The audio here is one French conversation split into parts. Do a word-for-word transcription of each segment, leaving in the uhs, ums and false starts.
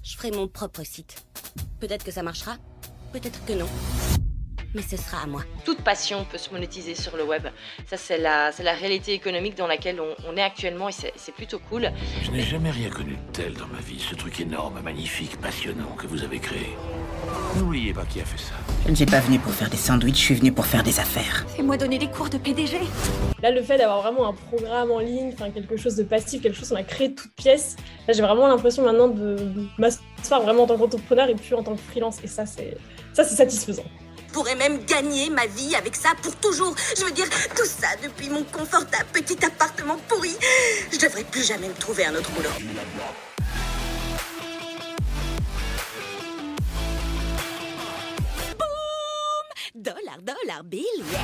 je ferai mon propre site. Peut-être que ça marchera, peut-être que non. Mais ce sera à moi. Toute passion peut se monétiser sur le web. Ça, c'est la, c'est la réalité économique dans laquelle on, on est actuellement et c'est, c'est plutôt cool. Je n'ai jamais rien connu de tel dans ma vie. Ce truc énorme, magnifique, passionnant que vous avez créé. N'oubliez pas qui a fait ça. Je ne suis pas venu pour faire des sandwichs, je suis venu pour faire des affaires. Fais-moi donner des cours de P D G. Là, le fait d'avoir vraiment un programme en ligne, enfin quelque chose de passif, quelque chose qu'on a créé de toutes pièces, là, j'ai vraiment l'impression maintenant de m'asseoir vraiment en tant qu'entrepreneur et plus en tant que freelance. Et ça, c'est, ça, c'est satisfaisant. Je pourrais même gagner ma vie avec ça pour toujours. Je veux dire, tout ça depuis mon confortable petit appartement pourri. Je devrais plus jamais me trouver un autre boulot. Boum! Dollar, dollar, bill, yeah!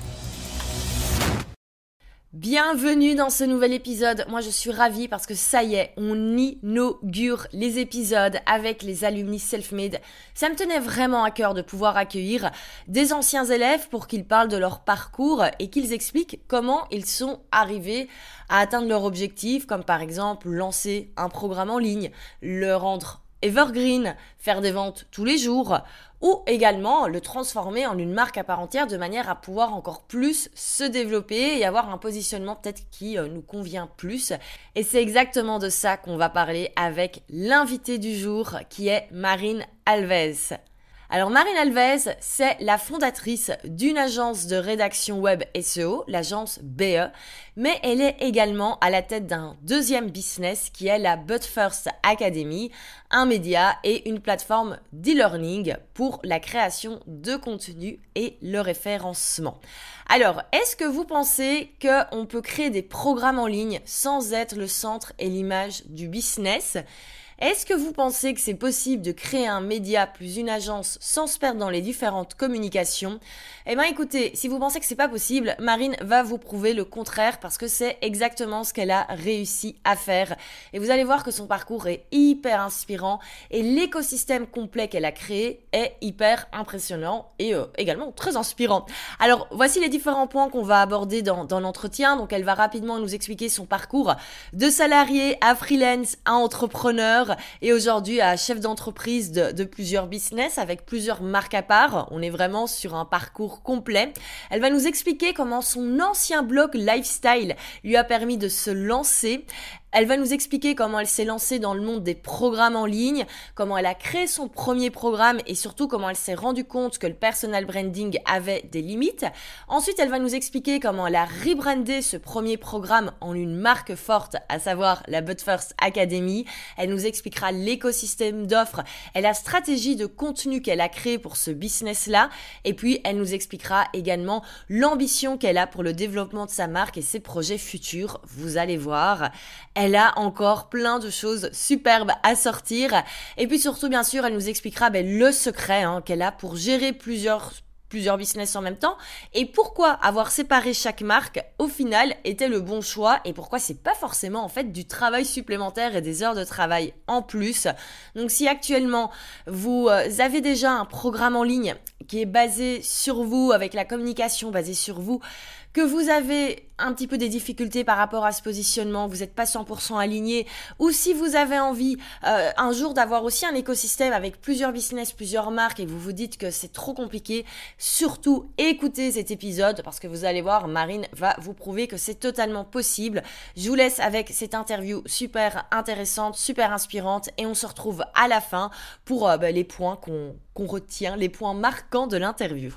Bienvenue dans ce nouvel épisode. Moi, je suis ravie parce que ça y est, on inaugure les épisodes avec les alumni self-made. Ça me tenait vraiment à cœur de pouvoir accueillir des anciens élèves pour qu'ils parlent de leur parcours et qu'ils expliquent comment ils sont arrivés à atteindre leur objectif, comme par exemple lancer un programme en ligne, le rendre evergreen, faire des ventes tous les jours, ou également le transformer en une marque à part entière de manière à pouvoir encore plus se développer et avoir un positionnement peut-être qui euh, nous convient plus. Et c'est exactement de ça qu'on va parler avec l'invitée du jour qui est Marine Alves. Alors Marine Alves, c'est la fondatrice d'une agence de rédaction web S E O, l'agence B E, mais elle est également à la tête d'un deuxième business qui est la But First Academy, un média et une plateforme d'e-learning pour la création de contenu et le référencement. Alors, est-ce que vous pensez qu'on peut créer des programmes en ligne sans être le centre et l'image du business ? Est-ce que vous pensez que c'est possible de créer un média plus une agence sans se perdre dans les différentes communications ? Eh bien écoutez, si vous pensez que c'est pas possible, Marine va vous prouver le contraire parce que c'est exactement ce qu'elle a réussi à faire. Et vous allez voir que son parcours est hyper inspirant et l'écosystème complet qu'elle a créé est hyper impressionnant et euh, également très inspirant. Alors voici les différents points qu'on va aborder dans, dans l'entretien. Donc elle va rapidement nous expliquer son parcours de salarié à freelance à entrepreneur et aujourd'hui à chef d'entreprise de, de plusieurs business avec plusieurs marques à part. On est vraiment sur un parcours complet. Elle va nous expliquer comment son ancien blog Lifestyle lui a permis de se lancer. Elle va nous expliquer comment elle s'est lancée dans le monde des programmes en ligne, comment elle a créé son premier programme et surtout comment elle s'est rendue compte que le personal branding avait des limites. Ensuite, elle va nous expliquer comment elle a rebrandé ce premier programme en une marque forte, à savoir la But First Academy. Elle nous expliquera l'écosystème d'offres et la stratégie de contenu qu'elle a créé pour ce business-là. Et puis, elle nous expliquera également l'ambition qu'elle a pour le développement de sa marque et ses projets futurs. Vous allez voir. Elle a encore plein de choses superbes à sortir. Et puis surtout, bien sûr, elle nous expliquera ben, le secret hein, qu'elle a pour gérer plusieurs plusieurs business en même temps et pourquoi avoir séparé chaque marque au final était le bon choix et pourquoi c'est pas forcément en fait du travail supplémentaire et des heures de travail en plus. Donc si actuellement vous avez déjà un programme en ligne qui est basé sur vous, avec la communication basée sur vous, que vous avez un petit peu des difficultés par rapport à ce positionnement, vous n'êtes pas cent pour cent aligné, ou si vous avez envie euh, un jour d'avoir aussi un écosystème avec plusieurs business, plusieurs marques et vous vous dites que c'est trop compliqué, surtout écoutez cet épisode parce que vous allez voir, Marine va vous prouver que c'est totalement possible. Je vous laisse avec cette interview super intéressante, super inspirante et on se retrouve à la fin pour euh, bah, les points qu'on, qu'on retient, les points marquants de l'interview.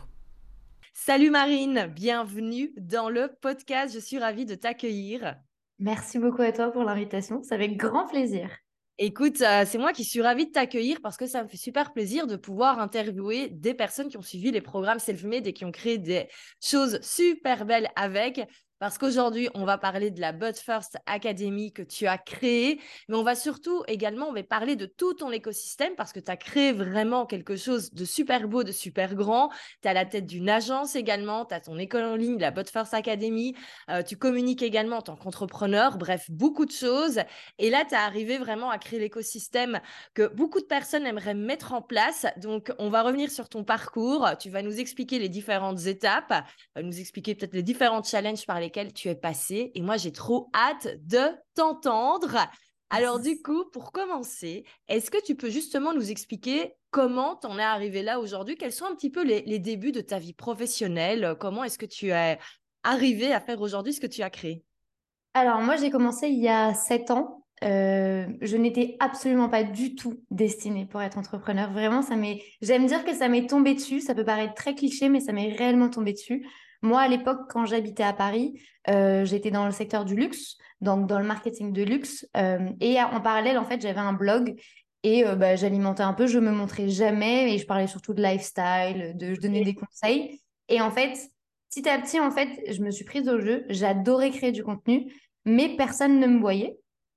Salut Marine, bienvenue dans le podcast, je suis ravie de t'accueillir. Merci beaucoup à toi pour l'invitation, c'est avec grand plaisir. Écoute, euh, c'est moi qui suis ravie de t'accueillir parce que ça me fait super plaisir de pouvoir interviewer des personnes qui ont suivi les programmes self-made et qui ont créé des choses super belles avec. Parce qu'aujourd'hui, on va parler de la But First Academy que tu as créée, mais on va surtout également on va parler de tout ton écosystème parce que tu as créé vraiment quelque chose de super beau, de super grand. Tu as la tête d'une agence également, tu as ton école en ligne, la But First Academy, euh, tu communiques également en tant qu'entrepreneur, bref, beaucoup de choses. Et là, tu es arrivé vraiment à créer l'écosystème que beaucoup de personnes aimeraient mettre en place. Donc, on va revenir sur ton parcours. Tu vas nous expliquer les différentes étapes, nous expliquer peut-être les différents challenges par lesquels tu es passé. Et moi, j'ai trop hâte de t'entendre. Alors du coup, pour commencer, est-ce que tu peux justement nous expliquer comment t'en es arrivé là aujourd'hui? Quels sont un petit peu les, les débuts de ta vie professionnelle? Comment est-ce que tu es arrivé à faire aujourd'hui ce que tu as créé? Alors, moi, j'ai commencé il y a sept ans. Euh, je n'étais absolument pas du tout destinée pour être entrepreneur. Vraiment, ça m'est, j'aime dire que ça m'est tombé dessus. Ça peut paraître très cliché, mais ça m'est réellement tombé dessus. Moi, à l'époque, quand j'habitais à Paris, euh, j'étais dans le secteur du luxe, donc dans le marketing de luxe. Euh, et en parallèle, en fait, j'avais un blog et euh, bah, j'alimentais un peu. Je me montrais jamais et je parlais surtout de lifestyle, de, je donnais des conseils. Et en fait, petit à petit, en fait, je me suis prise au jeu. J'adorais créer du contenu, mais personne ne me voyait.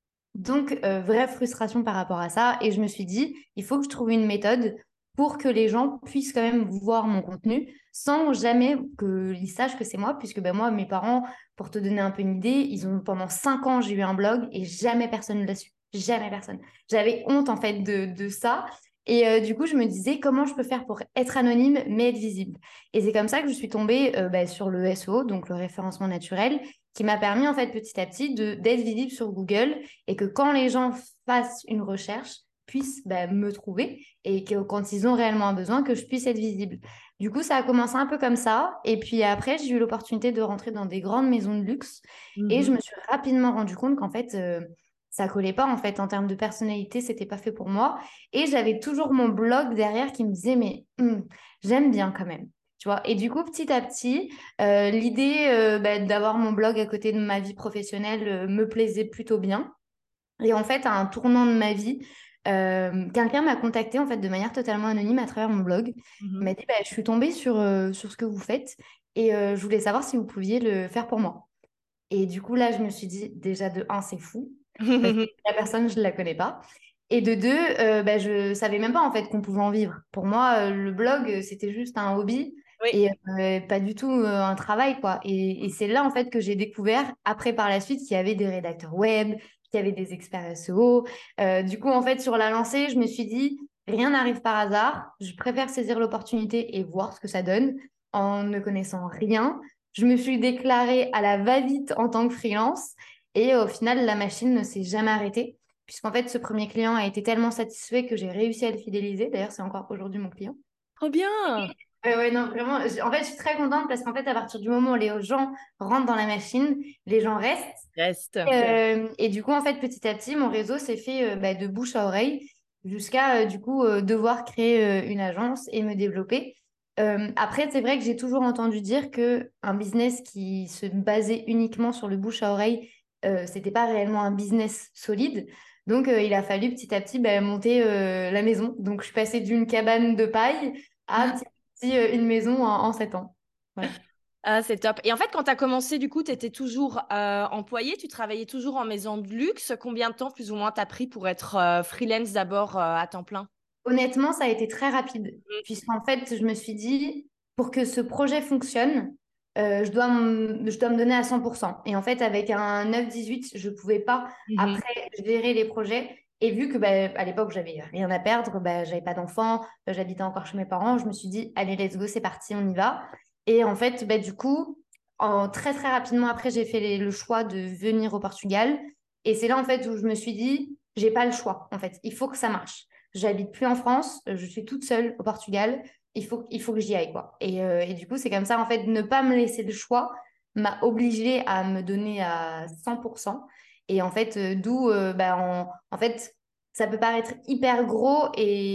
Donc, euh, vraie frustration par rapport à ça. Et je me suis dit, il faut que je trouve une méthode pour que les gens puissent quand même voir mon contenu sans jamais qu'ils sachent que c'est moi, puisque ben, moi, mes parents, pour te donner un peu une idée, ils ont pendant cinq ans, j'ai eu un blog et jamais personne ne l'a su. Jamais personne. J'avais honte en fait de, de ça. Et euh, du coup, je me disais comment je peux faire pour être anonyme mais être visible. Et c'est comme ça que je suis tombée euh, bah, sur le S E O, donc le référencement naturel, qui m'a permis en fait petit à petit de d'être visible sur Google et que quand les gens fassent une recherche, puissent bah, me trouver et que quand ils ont réellement un besoin, que je puisse être visible. Du coup, ça a commencé un peu comme ça. Et puis après, j'ai eu l'opportunité de rentrer dans des grandes maisons de luxe et je Mhm. me suis rapidement rendu compte qu'en fait, euh, ça collait pas en fait en termes de personnalité, c'était pas fait pour moi. Et j'avais toujours mon blog derrière qui me disait, mais hum, j'aime bien quand même. Tu vois. Et du coup, petit à petit, euh, l'idée euh, bah, d'avoir mon blog à côté de ma vie professionnelle euh, me plaisait plutôt bien. Et en fait, à un tournant de ma vie, euh, quelqu'un m'a contacté en fait de manière totalement anonyme à travers mon blog. Il Mhm. m'a dit, bah, je suis tombée sur, euh, sur ce que vous faites et euh, je voulais savoir si vous pouviez le faire pour moi. Et du coup, là, je me suis dit, déjà de un, c'est fou, parce que la personne, je ne la connais pas. Et de deux, euh, bah, je savais même pas en fait qu'on pouvait en vivre. Pour moi, euh, le blog, euh, c'était juste un hobby Oui. et euh, pas du tout euh, un travail, quoi. Et, et c'est là en fait que j'ai découvert, après par la suite, qu'il y avait des rédacteurs web, qu'il y avait des experts S E O. Euh, du coup, en fait, sur la lancée, je me suis dit, rien n'arrive par hasard. Je préfère saisir l'opportunité et voir ce que ça donne en ne connaissant rien. Je me suis déclarée à la va-vite en tant que freelance et au final, la machine ne s'est jamais arrêtée puisqu'en fait, ce premier client a été tellement satisfait que j'ai réussi à le fidéliser. D'ailleurs, c'est encore aujourd'hui mon client. Trop bien. Ouais, ouais, non, vraiment. j- En fait, je suis très contente parce qu'en fait, à partir du moment où les gens rentrent dans la machine, les gens restent. Reste. Euh, et du coup, en fait, petit à petit, mon réseau s'est fait euh, bah, de bouche à oreille jusqu'à euh, du coup euh, devoir créer euh, une agence et me développer. Euh, après, c'est vrai que j'ai toujours entendu dire que un business qui se basait uniquement sur le bouche à oreille, euh, c'était pas réellement un business solide. Donc, euh, il a fallu petit à petit bah, monter euh, la maison. Donc, je suis passée d'une cabane de paille à petit à petit euh, une maison en, en sept ans. Voilà. Ah, c'est top. Et en fait, quand tu as commencé, du coup, tu étais toujours euh, employé, tu travaillais toujours en maison de luxe. Combien de temps, plus ou moins, t'as pris pour être euh, freelance d'abord euh, à temps plein? Honnêtement, ça a été très rapide, puisqu'en fait, je me suis dit, pour que ce projet fonctionne, euh, je dois, me- je dois me donner à cent pour cent. Et en fait, avec un neuf dix-huit, je ne pouvais pas, Mhm. après, gérer les projets. Et vu que bah, à l'époque, j'avais rien à perdre, bah, j'avais pas d'enfant, euh, j'habitais encore chez mes parents, je me suis dit, allez, let's go, c'est parti, on y va. Et en fait, bah, du coup, en, très, très rapidement après, j'ai fait les- le choix de venir au Portugal. Et c'est là, en fait, où je me suis dit, j'ai pas le choix, en fait. Il faut que ça marche. J'habite plus en France, euh, je suis toute seule au Portugal. Il faut, il faut que j'y aille, quoi. Et, euh, et du coup, c'est comme ça, en fait, ne pas me laisser le choix m'a obligée à me donner à cent pour cent. Et en fait, euh, d'où, euh, bah, en, en fait, ça peut paraître hyper gros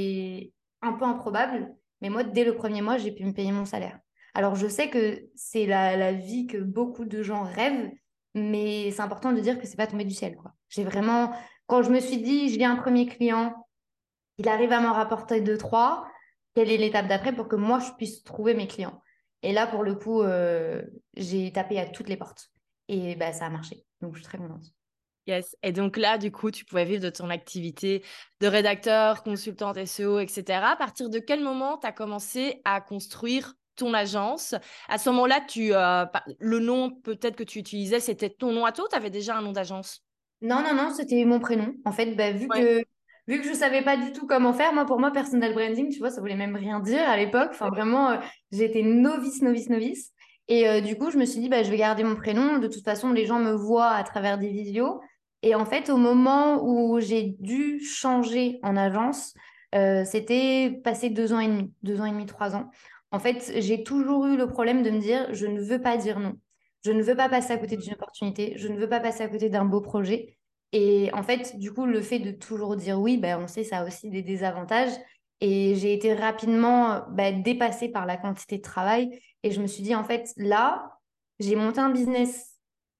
et un peu improbable, mais moi, dès le premier mois, j'ai pu me payer mon salaire. Alors, je sais que c'est la, la vie que beaucoup de gens rêvent, mais c'est important de dire que c'est pas tombé du ciel, quoi. J'ai vraiment, quand je me suis dit, j'ai un premier client, il arrive à m'en rapporter deux, trois. Quelle est l'étape d'après pour que moi, je puisse trouver mes clients? Et là, pour le coup, euh, j'ai tapé à toutes les portes. Et bah, ça a marché. Donc, je suis très contente. Yes. Et donc là, du coup, tu pouvais vivre de ton activité de rédacteur, consultante S E O, et cetera. À partir de quel moment tu as commencé à construire ton agence? À ce moment-là, tu, euh, pa- le nom peut-être que tu utilisais, c'était ton nom à toi ou tu avais déjà un nom d'agence? Non, non, non, c'était mon prénom. En fait, bah, vu Ouais. que, vu que je savais pas du tout comment faire, moi, pour moi, personal branding, tu vois, ça voulait même rien dire à l'époque. Enfin, vraiment, euh, j'étais novice, novice, novice. Et euh, du coup, je me suis dit, bah, je vais garder mon prénom. De toute façon, les gens me voient à travers des visios. Et en fait, au moment où j'ai dû changer en agence, euh, c'était passé deux ans et demi, deux ans et demi, trois ans. En fait, j'ai toujours eu le problème de me dire, je ne veux pas dire non. Je ne veux pas passer à côté d'une opportunité. Je ne veux pas passer à côté d'un beau projet. Et en fait, du coup, le fait de toujours dire oui, ben, on sait, ça a aussi des désavantages. Et j'ai été rapidement ben, dépassée par la quantité de travail. Et je me suis dit, en fait, là, j'ai monté un business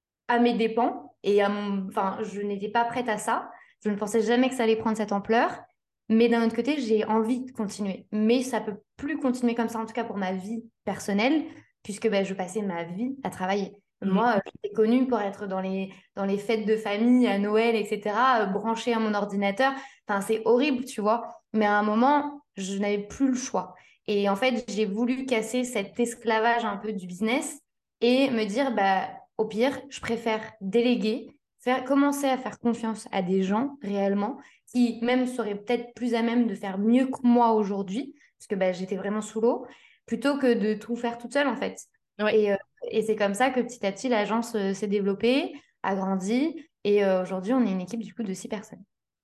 à mes dépens et à mon... enfin, je n'étais pas prête à ça. Je ne pensais jamais que ça allait prendre cette ampleur. Mais d'un autre côté, j'ai envie de continuer. Mais ça peut plus continuer comme ça, en tout cas pour ma vie personnelle, puisque ben, je passais ma vie à travailler. Mhm. Moi, euh, j'étais connue pour être dans les, dans les fêtes de famille, à Noël, et cetera, euh, branchée à mon ordinateur. Enfin, c'est horrible, tu vois. Mais à un moment, je n'avais plus le choix. Et en fait, j'ai voulu casser cet esclavage un peu du business et me dire, bah, au pire, je préfère déléguer, faire, commencer à faire confiance à des gens réellement qui même seraient peut-être plus à même de faire mieux que moi aujourd'hui, parce que bah, j'étais vraiment sous l'eau, plutôt que de tout faire toute seule en fait. Ouais. Et, euh, et c'est comme ça que petit à petit, l'agence euh, s'est développée, a grandi, et euh, aujourd'hui, on est une équipe du coup de six personnes.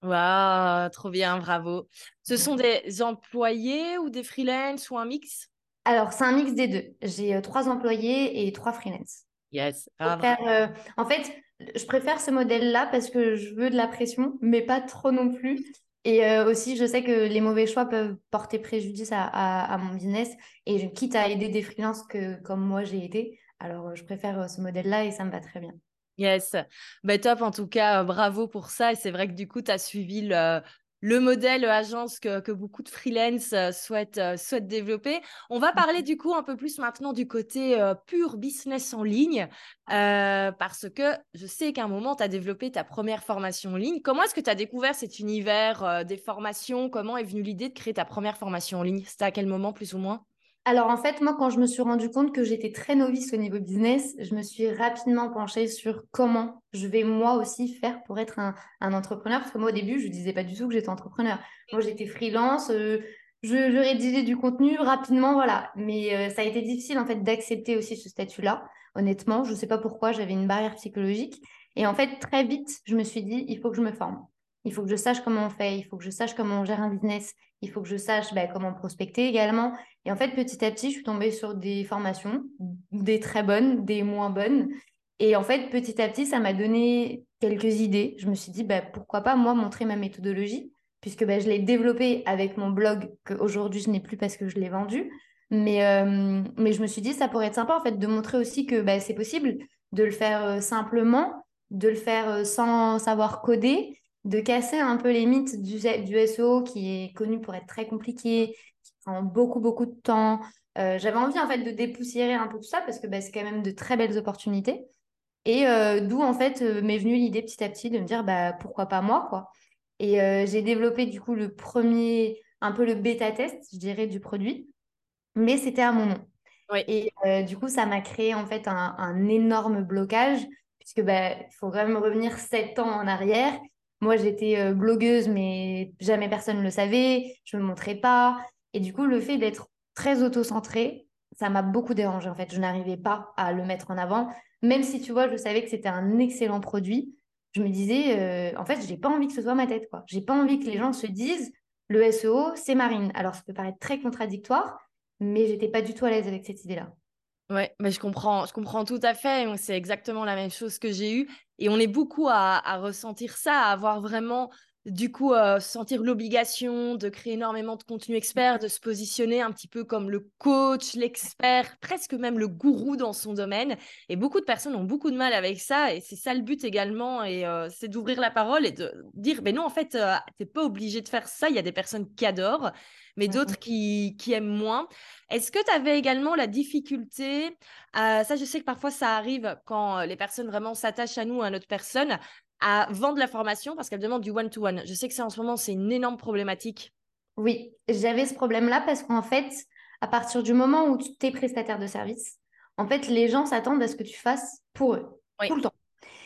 Waouh, trop bien, bravo. Ce sont des employés ou des freelance ou un mix? Alors, c'est un mix des deux. J'ai euh, trois employés et trois freelance. Yes. Ah, Préfère, euh, en fait, je préfère ce modèle-là parce que je veux de la pression, mais pas trop non plus. Et euh, aussi, je sais que les mauvais choix peuvent porter préjudice à, à- à mon business. Et je quitte à aider des freelances que, comme moi, j'ai été. Alors, euh, je préfère euh, ce modèle-là et ça me va très bien. yes. Bah, top, en tout cas, euh, bravo pour ça. Et c'est vrai que du coup, tu as suivi le, le modèle agence que, que beaucoup de freelance euh, souhaitent, euh, souhaitent développer. On va parler du coup un peu plus maintenant du côté euh, pur business en ligne, euh, parce que je sais qu'à un moment, tu as développé ta première formation en ligne. Comment est-ce que tu as découvert cet univers euh, des formations? Comment est venue l'idée de créer ta première formation en ligne? C'était à quel moment, plus ou moins? Alors en fait, moi, quand je me suis rendu compte que j'étais très novice au niveau business, je me suis rapidement penchée sur comment je vais moi aussi faire pour être un, un entrepreneur. Parce que moi, au début, je disais pas du tout que j'étais entrepreneur. Moi, j'étais freelance, euh, je, je rédigeais du contenu rapidement, voilà. Mais euh, ça a été difficile en fait d'accepter aussi ce statut-là. Honnêtement, je sais pas pourquoi, j'avais une barrière psychologique. Et en fait, très vite, je me suis dit, il faut que je me forme. Il faut que je sache comment on fait, il faut que je sache comment on gère un business, il faut que je sache bah, comment prospecter également. Et en fait, petit à petit, je suis tombée sur des formations, des très bonnes, des moins bonnes. Et en fait, petit à petit, ça m'a donné quelques idées. Je me suis dit, bah, pourquoi pas, moi, montrer ma méthodologie, puisque bah, je l'ai développée avec mon blog, qu'aujourd'hui, je n'ai plus parce que je l'ai vendu. Mais, euh, mais je me suis dit, ça pourrait être sympa, en fait, de montrer aussi que bah, c'est possible de le faire euh, simplement, de le faire euh, sans savoir coder, de casser un peu les mythes du, du S E O qui est connu pour être très compliqué, prend beaucoup, beaucoup de temps. Euh, j'avais envie en fait de dépoussiérer un peu tout ça parce que bah, c'est quand même de très belles opportunités. Et euh, d'où en fait euh, m'est venue l'idée petit à petit de me dire bah, pourquoi pas moi quoi. Et euh, j'ai développé du coup le premier, un peu le bêta test, je dirais, du produit, mais c'était à mon nom. Oui. Et euh, du coup, ça m'a créé en fait un, un énorme blocage, puisque bah, il faut quand même revenir sept ans en arrière. Moi, j'étais euh, blogueuse, mais jamais personne ne le savait, je ne me montrais pas. Et du coup, le fait d'être très auto-centrée, ça m'a beaucoup dérangée en fait. Je n'arrivais pas à le mettre en avant, même si tu vois, je savais que c'était un excellent produit. Je me disais, euh, en fait, j'ai pas envie que ce soit ma tête, quoi. J'ai pas envie que les gens se disent, le S E O, c'est Marine. Alors, ça peut paraître très contradictoire, mais j'étais pas du tout à l'aise avec cette idée-là. Ouais, mais je comprends, je comprends tout à fait. Moi, c'est exactement la même chose que j'ai eue. Et on est beaucoup à, à ressentir ça, à avoir vraiment, du coup, euh, sentir l'obligation de créer énormément de contenu expert, de se positionner un petit peu comme le coach, l'expert, presque même le gourou dans son domaine. Et beaucoup de personnes ont beaucoup de mal avec ça. Et c'est ça le but également. Et euh, c'est d'ouvrir la parole et de dire, ben non, en fait, euh, t'es pas obligé de faire ça. Il y a des personnes qui adorent, mais d'autres qui, qui aiment moins. Est-ce que tu avais également la difficulté, euh, ça je sais que parfois ça arrive quand euh, les personnes vraiment s'attachent à nous, à notre personne, à vendre la formation parce qu'elles demandent du one-to-one. Je sais que c'est en ce moment, c'est une énorme problématique. Oui, j'avais ce problème-là parce qu'en fait, à partir du moment où tu es prestataire de service, en fait, les gens s'attendent à ce que tu fasses pour eux, tout Oui, le temps.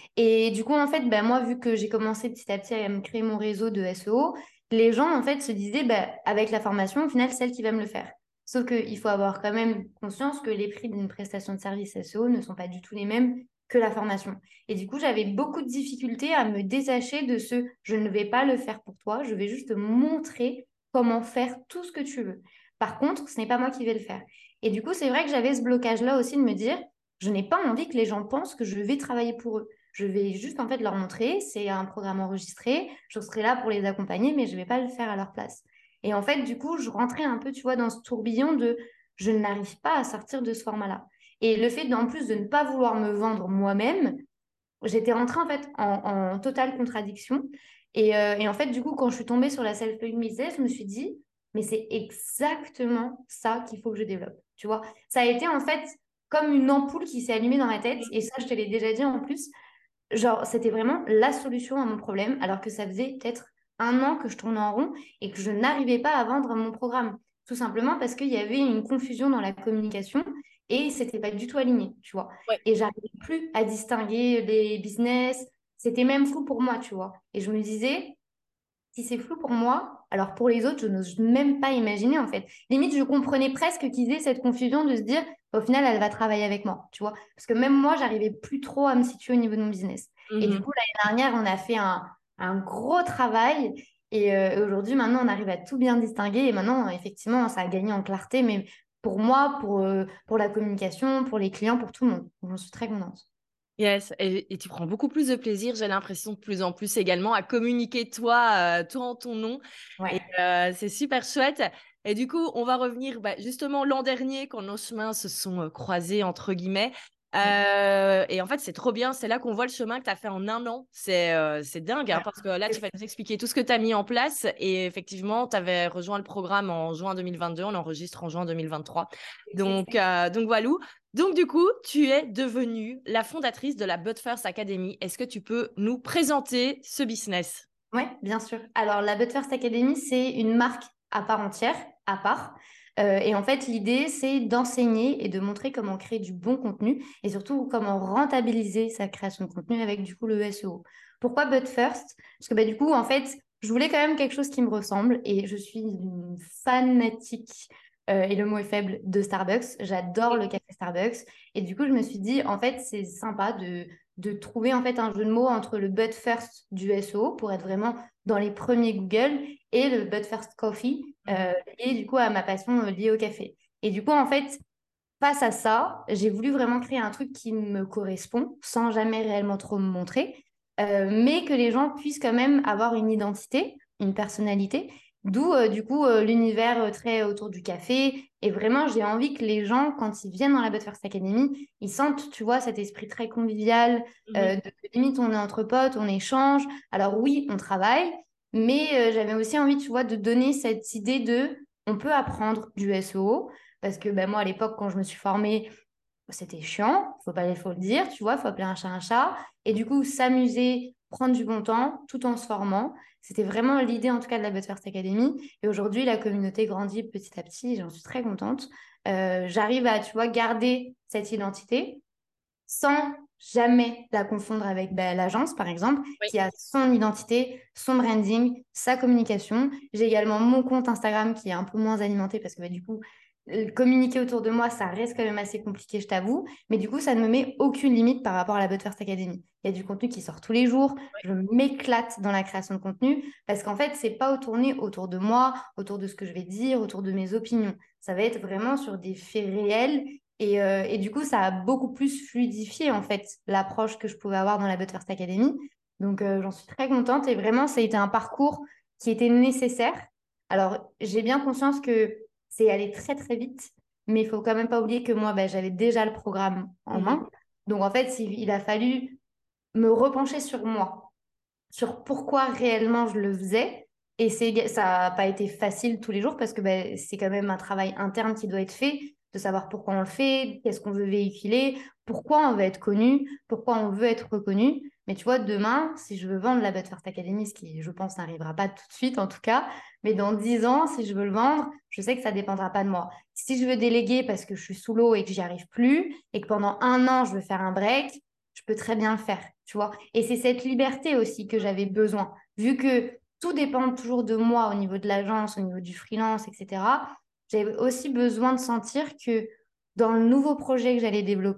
Et du coup, en fait, ben, moi, vu que j'ai commencé petit à petit à me créer mon réseau de S E O, les gens, en fait, se disaient, ben, avec la formation, au final, c'est celle qui va me le faire. Sauf qu'il faut avoir quand même conscience que les prix d'une prestation de service S E O ne sont pas du tout les mêmes que la formation. Et du coup, j'avais beaucoup de difficultés à me détacher de ce je ne vais pas le faire pour toi, je vais juste te montrer comment faire tout ce que tu veux. Par contre, ce n'est pas moi qui vais le faire. Et du coup, c'est vrai que j'avais ce blocage-là aussi de me dire je n'ai pas envie que les gens pensent que je vais travailler pour eux. Je vais juste en fait leur montrer, c'est un programme enregistré, je serai là pour les accompagner, mais je ne vais pas le faire à leur place. Et en fait, du coup, je rentrais un peu, tu vois, dans ce tourbillon de je n'arrive pas à sortir de ce format-là. Et le fait, en plus, de ne pas vouloir me vendre moi-même, j'étais rentrée en fait en, en totale contradiction. Et, euh, et en fait, du coup, quand je suis tombée sur la self-paying business, je me suis dit, mais c'est exactement ça qu'il faut que je développe. Tu vois, ça a été en fait comme une ampoule qui s'est allumée dans ma tête. Et ça, je te l'ai déjà dit en plus. Genre, c'était vraiment la solution à mon problème, alors que ça faisait peut-être un an que je tournais en rond et que je n'arrivais pas à vendre mon programme. Tout simplement parce qu'il y avait une confusion dans la communication et c'était pas du tout aligné, tu vois. Ouais. Et j'arrivais plus à distinguer les business. C'était même flou pour moi, tu vois. Et je me disais, si c'est flou pour moi, alors pour les autres, je n'ose même pas imaginer en fait. Limite, je comprenais presque qu'ils aient cette confusion de se dire, au final, elle va travailler avec moi, tu vois. Parce que même moi, j'arrivais plus trop à me situer au niveau de mon business. Et du Mhm. coup, l'année dernière, on a fait un, un gros travail. Et euh, aujourd'hui, maintenant, on arrive à tout bien distinguer. Et maintenant, effectivement, ça a gagné en clarté. Mais pour moi, pour, euh, pour la communication, pour les clients, pour tout le monde. Donc, j'en suis très contente. Yes, et, et tu prends beaucoup plus de plaisir, j'ai l'impression de plus en plus également à communiquer toi, euh, toi en ton nom. Et Ouais. euh, c'est super chouette. Et du coup, on va revenir bah, justement l'an dernier quand nos chemins se sont euh, croisés, entre guillemets. Oui. Euh, et en fait, c'est trop bien. C'est là qu'on voit le chemin que tu as fait en un an. C'est euh, c'est dingue, hein, Voilà. parce que là, tu vas nous expliquer tout ce que tu as mis en place. Et effectivement, tu avais rejoint le programme en juin deux mille vingt-deux. On enregistre en juin deux mille vingt-trois. Donc, euh, donc voilà. Donc, du coup, tu es devenue la fondatrice de la But First Academy. Est-ce que tu peux nous présenter ce business? Oui, bien sûr. Alors, la But First Academy, c'est une marque à part entière, à part. Euh, et en fait, l'idée, c'est d'enseigner et de montrer comment créer du bon contenu et surtout comment rentabiliser sa création de contenu avec du coup le S E O. Pourquoi But First? Parce que bah, du coup, en fait, je voulais quand même quelque chose qui me ressemble et je suis une fanatique, euh, et le mot est faible, de Starbucks. J'adore le café Starbucks. Et du coup, je me suis dit, en fait, c'est sympa de de trouver en fait un jeu de mots entre le But First du S E O pour être vraiment dans les premiers Google et le But First Coffee euh, et du coup à ma passion euh, liée au café. Et du coup en fait face à ça, j'ai voulu vraiment créer un truc qui me correspond sans jamais réellement trop me montrer, euh, mais que les gens puissent quand même avoir une identité, une personnalité. D'où euh, du coup euh, l'univers euh, très autour du café. Et vraiment, j'ai envie que les gens, quand ils viennent dans la But First Academy, ils sentent, tu vois, cet esprit très convivial, Mhm. euh, de limite on est entre potes, on échange. Alors oui, on travaille, mais euh, j'avais aussi envie, tu vois, de donner cette idée de on peut apprendre du S E O. Parce que ben, moi, à l'époque, quand je me suis formée, c'était chiant, faut pas, faut le dire, tu vois, faut appeler un chat un chat. Et du coup, s'amuser, prendre du bon temps, tout en se formant. C'était vraiment l'idée, en tout cas, de la But First Academy. Et aujourd'hui, la communauté grandit petit à petit, j'en suis très contente. Euh, j'arrive à, tu vois, garder cette identité sans jamais la confondre avec ben, l'agence, par exemple, Oui. qui a son identité, son branding, sa communication. J'ai également mon compte Instagram qui est un peu moins alimenté parce que ben, du coup, euh, communiquer autour de moi, ça reste quand même assez compliqué, je t'avoue. Mais du coup, ça ne me met aucune limite par rapport à la But First Academy. Il y a du contenu qui sort tous les jours. Je m'éclate dans la création de contenu parce qu'en fait, c'est pas tourné autour de moi, autour de ce que je vais dire, autour de mes opinions. Ça va être vraiment sur des faits réels et, euh, et du coup, ça a beaucoup plus fluidifié en fait l'approche que je pouvais avoir dans la But First Academy. Donc, euh, j'en suis très contente et vraiment, ça a été un parcours qui était nécessaire. Alors, j'ai bien conscience que c'est allé très très vite, mais il faut quand même pas oublier que moi, bah, j'avais déjà le programme en Mhm. main. Donc, en fait, il, il a fallu me repencher sur moi, sur pourquoi réellement je le faisais. Et c'est, ça n'a pas été facile tous les jours parce que ben, c'est quand même un travail interne qui doit être fait, de savoir pourquoi on le fait, qu'est-ce qu'on veut véhiculer, pourquoi on veut être connu, pourquoi on veut être reconnu. Mais tu vois, demain, si je veux vendre la But First Academy, ce qui, je pense, n'arrivera pas tout de suite en tout cas, mais dans dix ans, si je veux le vendre, je sais que ça ne dépendra pas de moi. Si je veux déléguer parce que je suis sous l'eau et que j'y arrive plus, et que pendant un an, je veux faire un break, je peux très bien le faire, tu vois. Et c'est cette liberté aussi que j'avais besoin, vu que tout dépend toujours de moi au niveau de l'agence, au niveau du freelance, et cetera. J'avais aussi besoin de sentir que dans le nouveau projet que j'allais développer,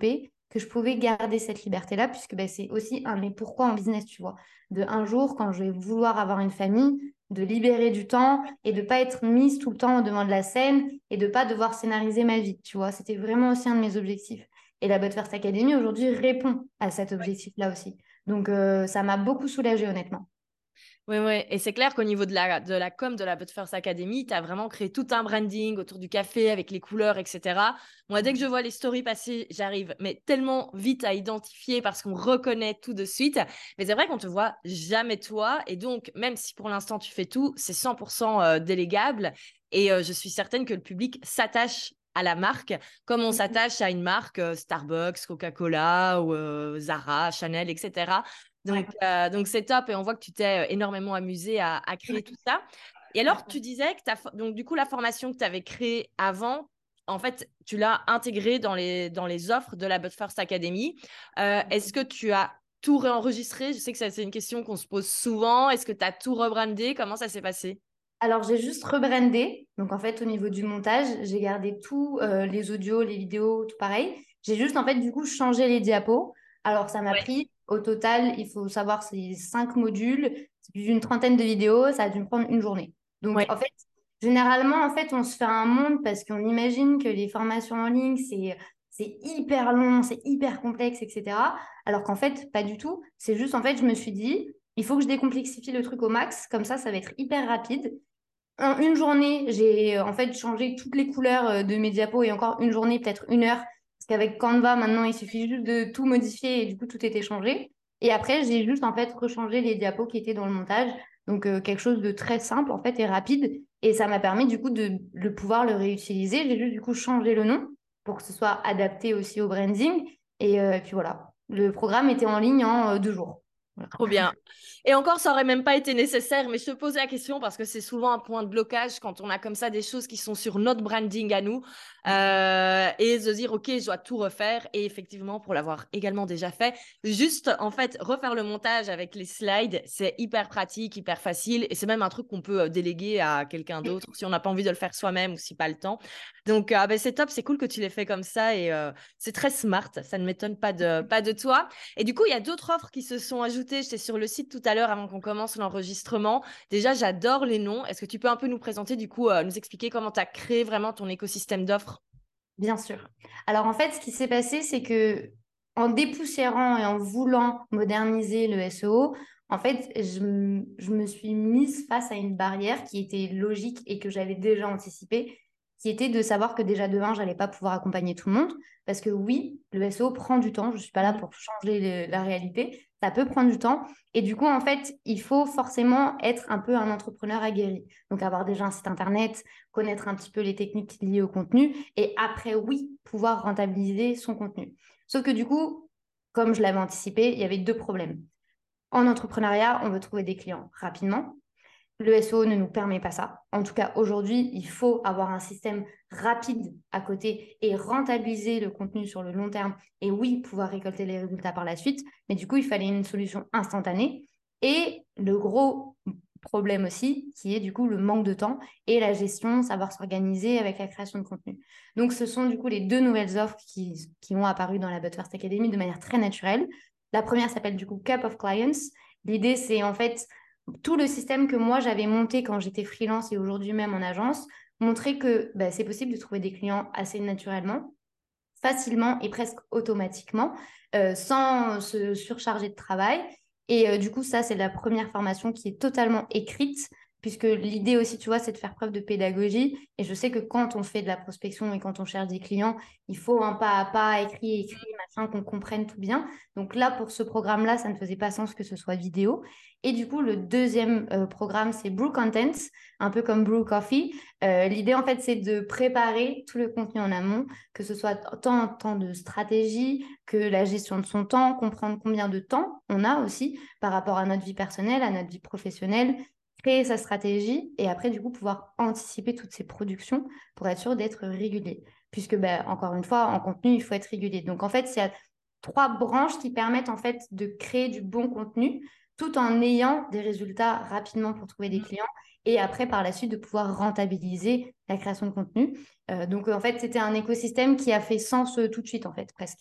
que je pouvais garder cette liberté-là, puisque ben, c'est aussi un de mes pourquoi en business, tu vois. De un jour, quand je vais vouloir avoir une famille, de libérer du temps et de pas être mise tout le temps au devant de la scène et de pas devoir scénariser ma vie, tu vois. C'était vraiment aussi un de mes objectifs. Et la But First Academy, aujourd'hui, répond à cet objectif-là aussi. Donc, euh, ça m'a beaucoup soulagée, honnêtement. Oui, oui. Et c'est clair qu'au niveau de la, de la com de la But First Academy, tu as vraiment créé tout un branding autour du café avec les couleurs, et cetera. Moi, dès que je vois les stories passer, j'arrive mais tellement vite à identifier parce qu'on reconnaît tout de suite. Mais c'est vrai qu'on te voit jamais toi. Et donc, même si pour l'instant tu fais tout, c'est cent pour cent euh, délégable. Et euh, je suis certaine que le public s'attache à la marque, comme on s'attache à une marque euh, Starbucks, Coca-Cola ou euh, Zara, Chanel, et cetera. Donc, Ouais. euh, donc c'est top et on voit que tu t'es euh, énormément amusé à, à créer tout ça. Et alors, tu disais que t'as, donc du coup, la formation que tu avais créée avant, en fait, tu l'as intégrée dans les, dans les offres de la But First Academy. Euh, est-ce que tu as tout réenregistré? Je sais que ça, c'est une question qu'on se pose souvent. Est-ce que tu as tout rebrandé? Comment ça s'est passé? Alors, j'ai juste rebrandé. Donc, en fait, au niveau du montage, j'ai gardé tous euh, les audios, les vidéos, tout pareil. J'ai juste, en fait, du coup, changé les diapos. Alors, ça m'a Ouais. pris, au total, il faut savoir, c'est cinq modules, c'est plus d'une trentaine de vidéos. Ça a dû me prendre une journée. Donc, Ouais. en fait, généralement, en fait, on se fait un monde parce qu'on imagine que les formations en ligne, c'est, c'est hyper long, c'est hyper complexe, et cetera. Alors qu'en fait, pas du tout. C'est juste, en fait, je me suis dit, il faut que je décomplexifie le truc au max. Comme ça, ça va être hyper rapide. En une journée, j'ai euh, en fait changé toutes les couleurs euh, de mes diapos et encore une journée, peut-être une heure. Parce qu'avec Canva, maintenant, il suffit juste de tout modifier et du coup, tout était changé. Et après, j'ai juste en fait rechangé les diapos qui étaient dans le montage. Donc, euh, quelque chose de très simple en fait et rapide. Et ça m'a permis du coup de, de pouvoir le réutiliser. J'ai juste du coup changé le nom pour que ce soit adapté aussi au branding. Et euh, puis voilà, le programme était en ligne en euh, deux jours. Voilà. Trop bien. Et encore, ça aurait même pas été nécessaire, mais je te posais la question parce que c'est souvent un point de blocage quand on a comme ça des choses qui sont sur notre branding à nous euh, et de se dire, OK, je dois tout refaire. Et effectivement, pour l'avoir également déjà fait, juste en fait, refaire le montage avec les slides, c'est hyper pratique, hyper facile et c'est même un truc qu'on peut euh, déléguer à quelqu'un d'autre si on n'a pas envie de le faire soi-même ou si pas le temps. Donc, euh, ben, c'est top, c'est cool que tu l'aies fait comme ça et euh, c'est très smart, ça ne m'étonne pas de, pas de toi. Et du coup, il y a d'autres offres qui se sont ajoutées. J'étais sur le site tout à l'heure avant qu'on commence l'enregistrement. Déjà, j'adore les noms. Est-ce que tu peux un peu nous présenter, du coup, euh, nous expliquer comment tu as créé vraiment ton écosystème d'offres? Bien sûr. Alors en fait, ce qui s'est passé, c'est que en dépoussiérant et en voulant moderniser le S E O, en fait, je, m- je me suis mise face à une barrière qui était logique et que j'avais déjà anticipée, qui était de savoir que déjà de un, j'allais pas pouvoir accompagner tout le monde, parce que oui, le S E O prend du temps. Je suis pas là pour changer le- la réalité. Ça peut prendre du temps. Et du coup, en fait, il faut forcément être un peu un entrepreneur aguerri. Donc avoir déjà un site internet, connaître un petit peu les techniques liées au contenu et après, oui, pouvoir rentabiliser son contenu. Sauf que du coup, comme je l'avais anticipé, il y avait deux problèmes. En entrepreneuriat, on veut trouver des clients rapidement. Le S E O ne nous permet pas ça. En tout cas, aujourd'hui, il faut avoir un système rapide à côté et rentabiliser le contenu sur le long terme. Et oui, pouvoir récolter les résultats par la suite. Mais du coup, il fallait une solution instantanée. Et le gros problème aussi, qui est du coup le manque de temps et la gestion, savoir s'organiser avec la création de contenu. Donc, ce sont du coup les deux nouvelles offres qui, qui ont apparu dans la But First Academy de manière très naturelle. La première s'appelle du coup Cup of Clients. L'idée, c'est en fait tout le système que moi j'avais monté quand j'étais freelance et aujourd'hui même en agence, montrer que bah, c'est possible de trouver des clients assez naturellement, facilement et presque automatiquement, euh, sans se surcharger de travail. Et euh, du coup, ça, c'est la première formation qui est totalement écrite, puisque l'idée aussi, tu vois, c'est de faire preuve de pédagogie. Et je sais que quand on fait de la prospection et quand on cherche des clients, il faut un pas à pas, écrit, écrit, machin, qu'on comprenne tout bien. Donc là, pour ce programme-là, ça ne faisait pas sens que ce soit vidéo. Et du coup, le deuxième euh, programme, c'est Brew Content, un peu comme Brew Coffee. Euh, l'idée, en fait, c'est de préparer tout le contenu en amont, que ce soit tant en temps de stratégie que la gestion de son temps, comprendre combien de temps on a aussi par rapport à notre vie personnelle, à notre vie professionnelle, créer sa stratégie et après, du coup, pouvoir anticiper toutes ces productions pour être sûr d'être régulier. Puisque, ben, encore une fois, en contenu, il faut être régulier. Donc, en fait, c'est trois branches qui permettent, en fait, de créer du bon contenu tout en ayant des résultats rapidement pour trouver des clients et après, par la suite, de pouvoir rentabiliser la création de contenu. Euh, donc, en fait, c'était un écosystème qui a fait sens euh, tout de suite, en fait, presque.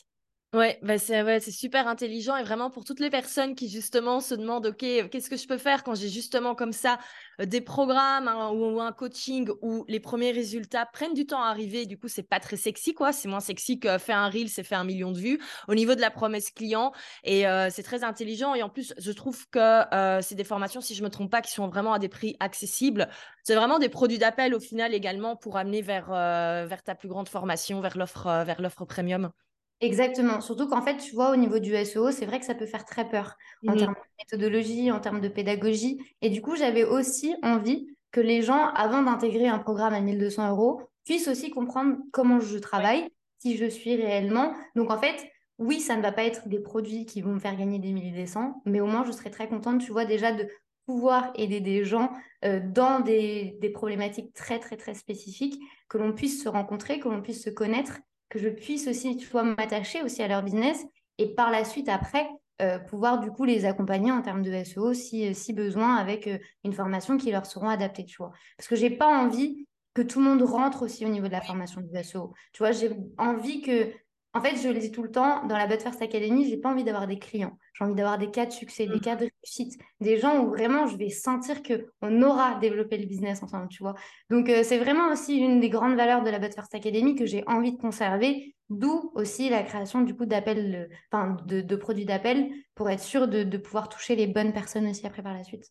Ouais, bah c'est ouais, c'est super intelligent et vraiment pour toutes les personnes qui justement se demandent, OK, euh, qu'est-ce que je peux faire quand j'ai justement comme ça euh, des programmes hein, ou, ou un coaching où les premiers résultats prennent du temps à arriver. Du coup, c'est pas très sexy, quoi. C'est moins sexy que faire un reel, c'est faire un million de vues au niveau de la promesse client. Et euh, c'est très intelligent. Et en plus, je trouve que euh, c'est des formations, si je me trompe pas, qui sont vraiment à des prix accessibles. C'est vraiment des produits d'appel au final également pour amener vers, euh, vers ta plus grande formation, vers l'offre, euh, vers l'offre premium. Exactement. Surtout qu'en fait, tu vois, au niveau du S E O, c'est vrai que ça peut faire très peur en termes de méthodologie, en termes de pédagogie. Et du coup, j'avais aussi envie que les gens, avant d'intégrer un programme à mille deux cents euros, puissent aussi comprendre comment je travaille, qui je suis réellement. Donc, en fait, oui, ça ne va pas être des produits qui vont me faire gagner des milliers des cents, mais au moins, je serais très contente, tu vois, déjà de pouvoir aider des gens euh, dans des, des problématiques très, très, très spécifiques, que l'on puisse se rencontrer, que l'on puisse se connaître, que je puisse aussi, tu vois, m'attacher aussi à leur business et par la suite, après, euh, pouvoir du coup les accompagner en termes de S E O si, si besoin avec euh, une formation qui leur seront adaptées, tu vois. Parce que j'ai pas envie que tout le monde rentre aussi au niveau de la formation du S E O. Tu vois, j'ai envie que, en fait, je le dis tout le temps, dans la But First Academy, j'ai pas envie d'avoir des clients. J'ai envie d'avoir des cas de succès, des cas de réussite, des gens où vraiment je vais sentir que on aura développé le business ensemble, tu vois. Donc, euh, c'est vraiment aussi une des grandes valeurs de la But First Academy que j'ai envie de conserver, d'où aussi la création du coup d'appels, euh, enfin de, de produits d'appel pour être sûr de, de pouvoir toucher les bonnes personnes aussi après par la suite.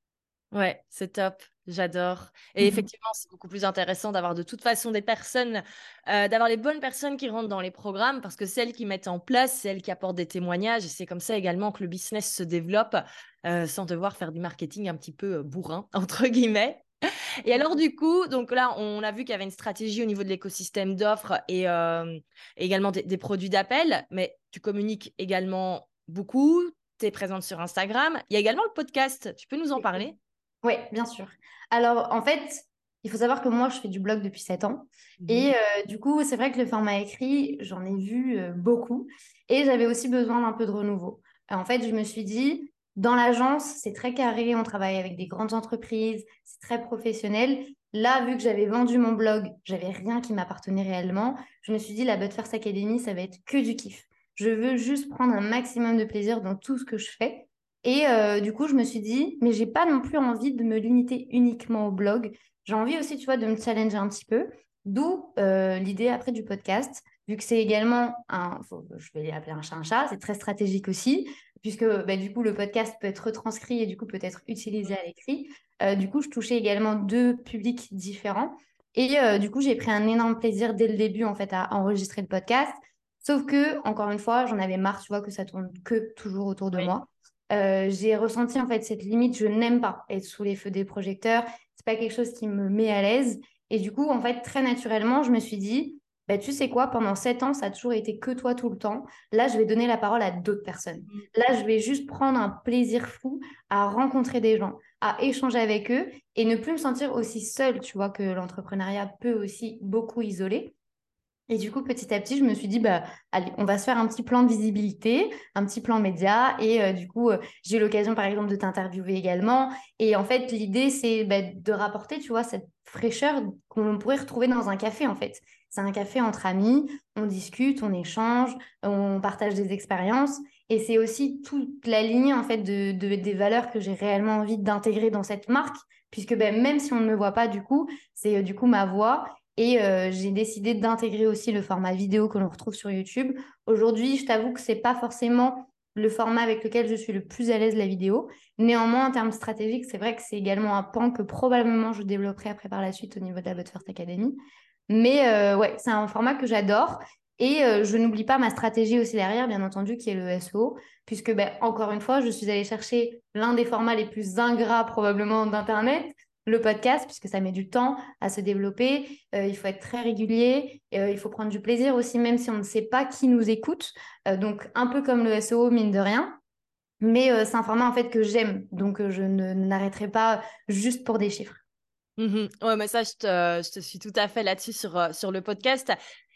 Ouais, c'est top, j'adore. Et Mhm. effectivement, c'est beaucoup plus intéressant d'avoir de toute façon des personnes, euh, d'avoir les bonnes personnes qui rentrent dans les programmes, parce que celles qui mettent en place, celles qui apportent des témoignages, et c'est comme ça également que le business se développe, euh, sans devoir faire du marketing un petit peu euh, bourrin, entre guillemets. Et alors du coup, donc là, on a vu qu'il y avait une stratégie au niveau de l'écosystème d'offres et euh, également des, des produits d'appel, mais tu communiques également beaucoup, tu es présente sur Instagram. Il y a également le podcast, tu peux nous en parler? Oui, bien sûr. Alors, en fait, il faut savoir que moi, je fais du blog depuis sept ans. Mhm. Et euh, du coup, c'est vrai que le format écrit, j'en ai vu euh, beaucoup. Et j'avais aussi besoin d'un peu de renouveau. Euh, en fait, je me suis dit, dans l'agence, c'est très carré, on travaille avec des grandes entreprises, c'est très professionnel. Là, vu que j'avais vendu mon blog, j'avais rien qui m'appartenait réellement. Je me suis dit, la But First Academy, ça va être que du kiff. Je veux juste prendre un maximum de plaisir dans tout ce que je fais. Et euh, du coup, je me suis dit, mais j'ai pas non plus envie de me limiter uniquement au blog. J'ai envie aussi, tu vois, de me challenger un petit peu. D'où euh, l'idée après du podcast, vu que c'est également un, faut- je vais l'appeler un chat un chat, c'est très stratégique aussi, puisque bah, du coup, le podcast peut être retranscrit et du coup peut être utilisé à l'écrit. Euh, du coup, je touchais également deux publics différents. Et euh, du coup, j'ai pris un énorme plaisir dès le début, en fait, à enregistrer le podcast. Sauf que, encore une fois, j'en avais marre, tu vois, que ça tourne que toujours autour de Oui. moi. Euh, j'ai ressenti en fait cette limite. Je n'aime pas être sous les feux des projecteurs. C'est pas quelque chose qui me met à l'aise. Et du coup, en fait, très naturellement, je me suis dit, bah, tu sais quoi, pendant sept ans, ça a toujours été que toi tout le temps. Là, je vais donner la parole à d'autres personnes. Là, je vais juste prendre un plaisir fou à rencontrer des gens, à échanger avec eux et ne plus me sentir aussi seule. Tu vois que l'entrepreneuriat peut aussi beaucoup isoler. Et du coup, petit à petit, je me suis dit, bah, allez, on va se faire un petit plan de visibilité, un petit plan média. Et euh, du coup, euh, j'ai eu l'occasion, par exemple, de t'interviewer également. Et en fait, l'idée, c'est bah, de rapporter, tu vois, cette fraîcheur qu'on pourrait retrouver dans un café, en fait. C'est un café entre amis, on discute, on échange, on partage des expériences. Et c'est aussi toute la lignée, en fait, de, de- des valeurs que j'ai réellement envie d'intégrer dans cette marque. Puisque ben, même si on ne me voit pas, du coup, c'est euh, du coup ma voix. Et euh, j'ai décidé d'intégrer aussi le format vidéo que l'on retrouve sur YouTube. Aujourd'hui, je t'avoue que c'est pas forcément le format avec lequel je suis le plus à l'aise, la vidéo. Néanmoins, en termes stratégiques, c'est vrai que c'est également un pan que probablement je développerai après par la suite au niveau de la But First Academy. Mais euh, ouais, c'est un format que j'adore. Et euh, je n'oublie pas ma stratégie aussi derrière, bien entendu, qui est le S E O, puisque ben, encore une fois, je suis allée chercher l'un des formats les plus ingrats probablement d'Internet, le podcast, puisque ça met du temps à se développer. Euh, il faut être très régulier. Euh, il faut prendre du plaisir aussi, même si on ne sait pas qui nous écoute. Euh, donc, un peu comme le S E O, mine de rien. Mais euh, c'est un format en fait que j'aime. Donc, euh, je ne n'arrêterai pas juste pour des chiffres. Mhm. Ouais, mais ça, je te, je te suis tout à fait là-dessus sur, euh, sur le podcast.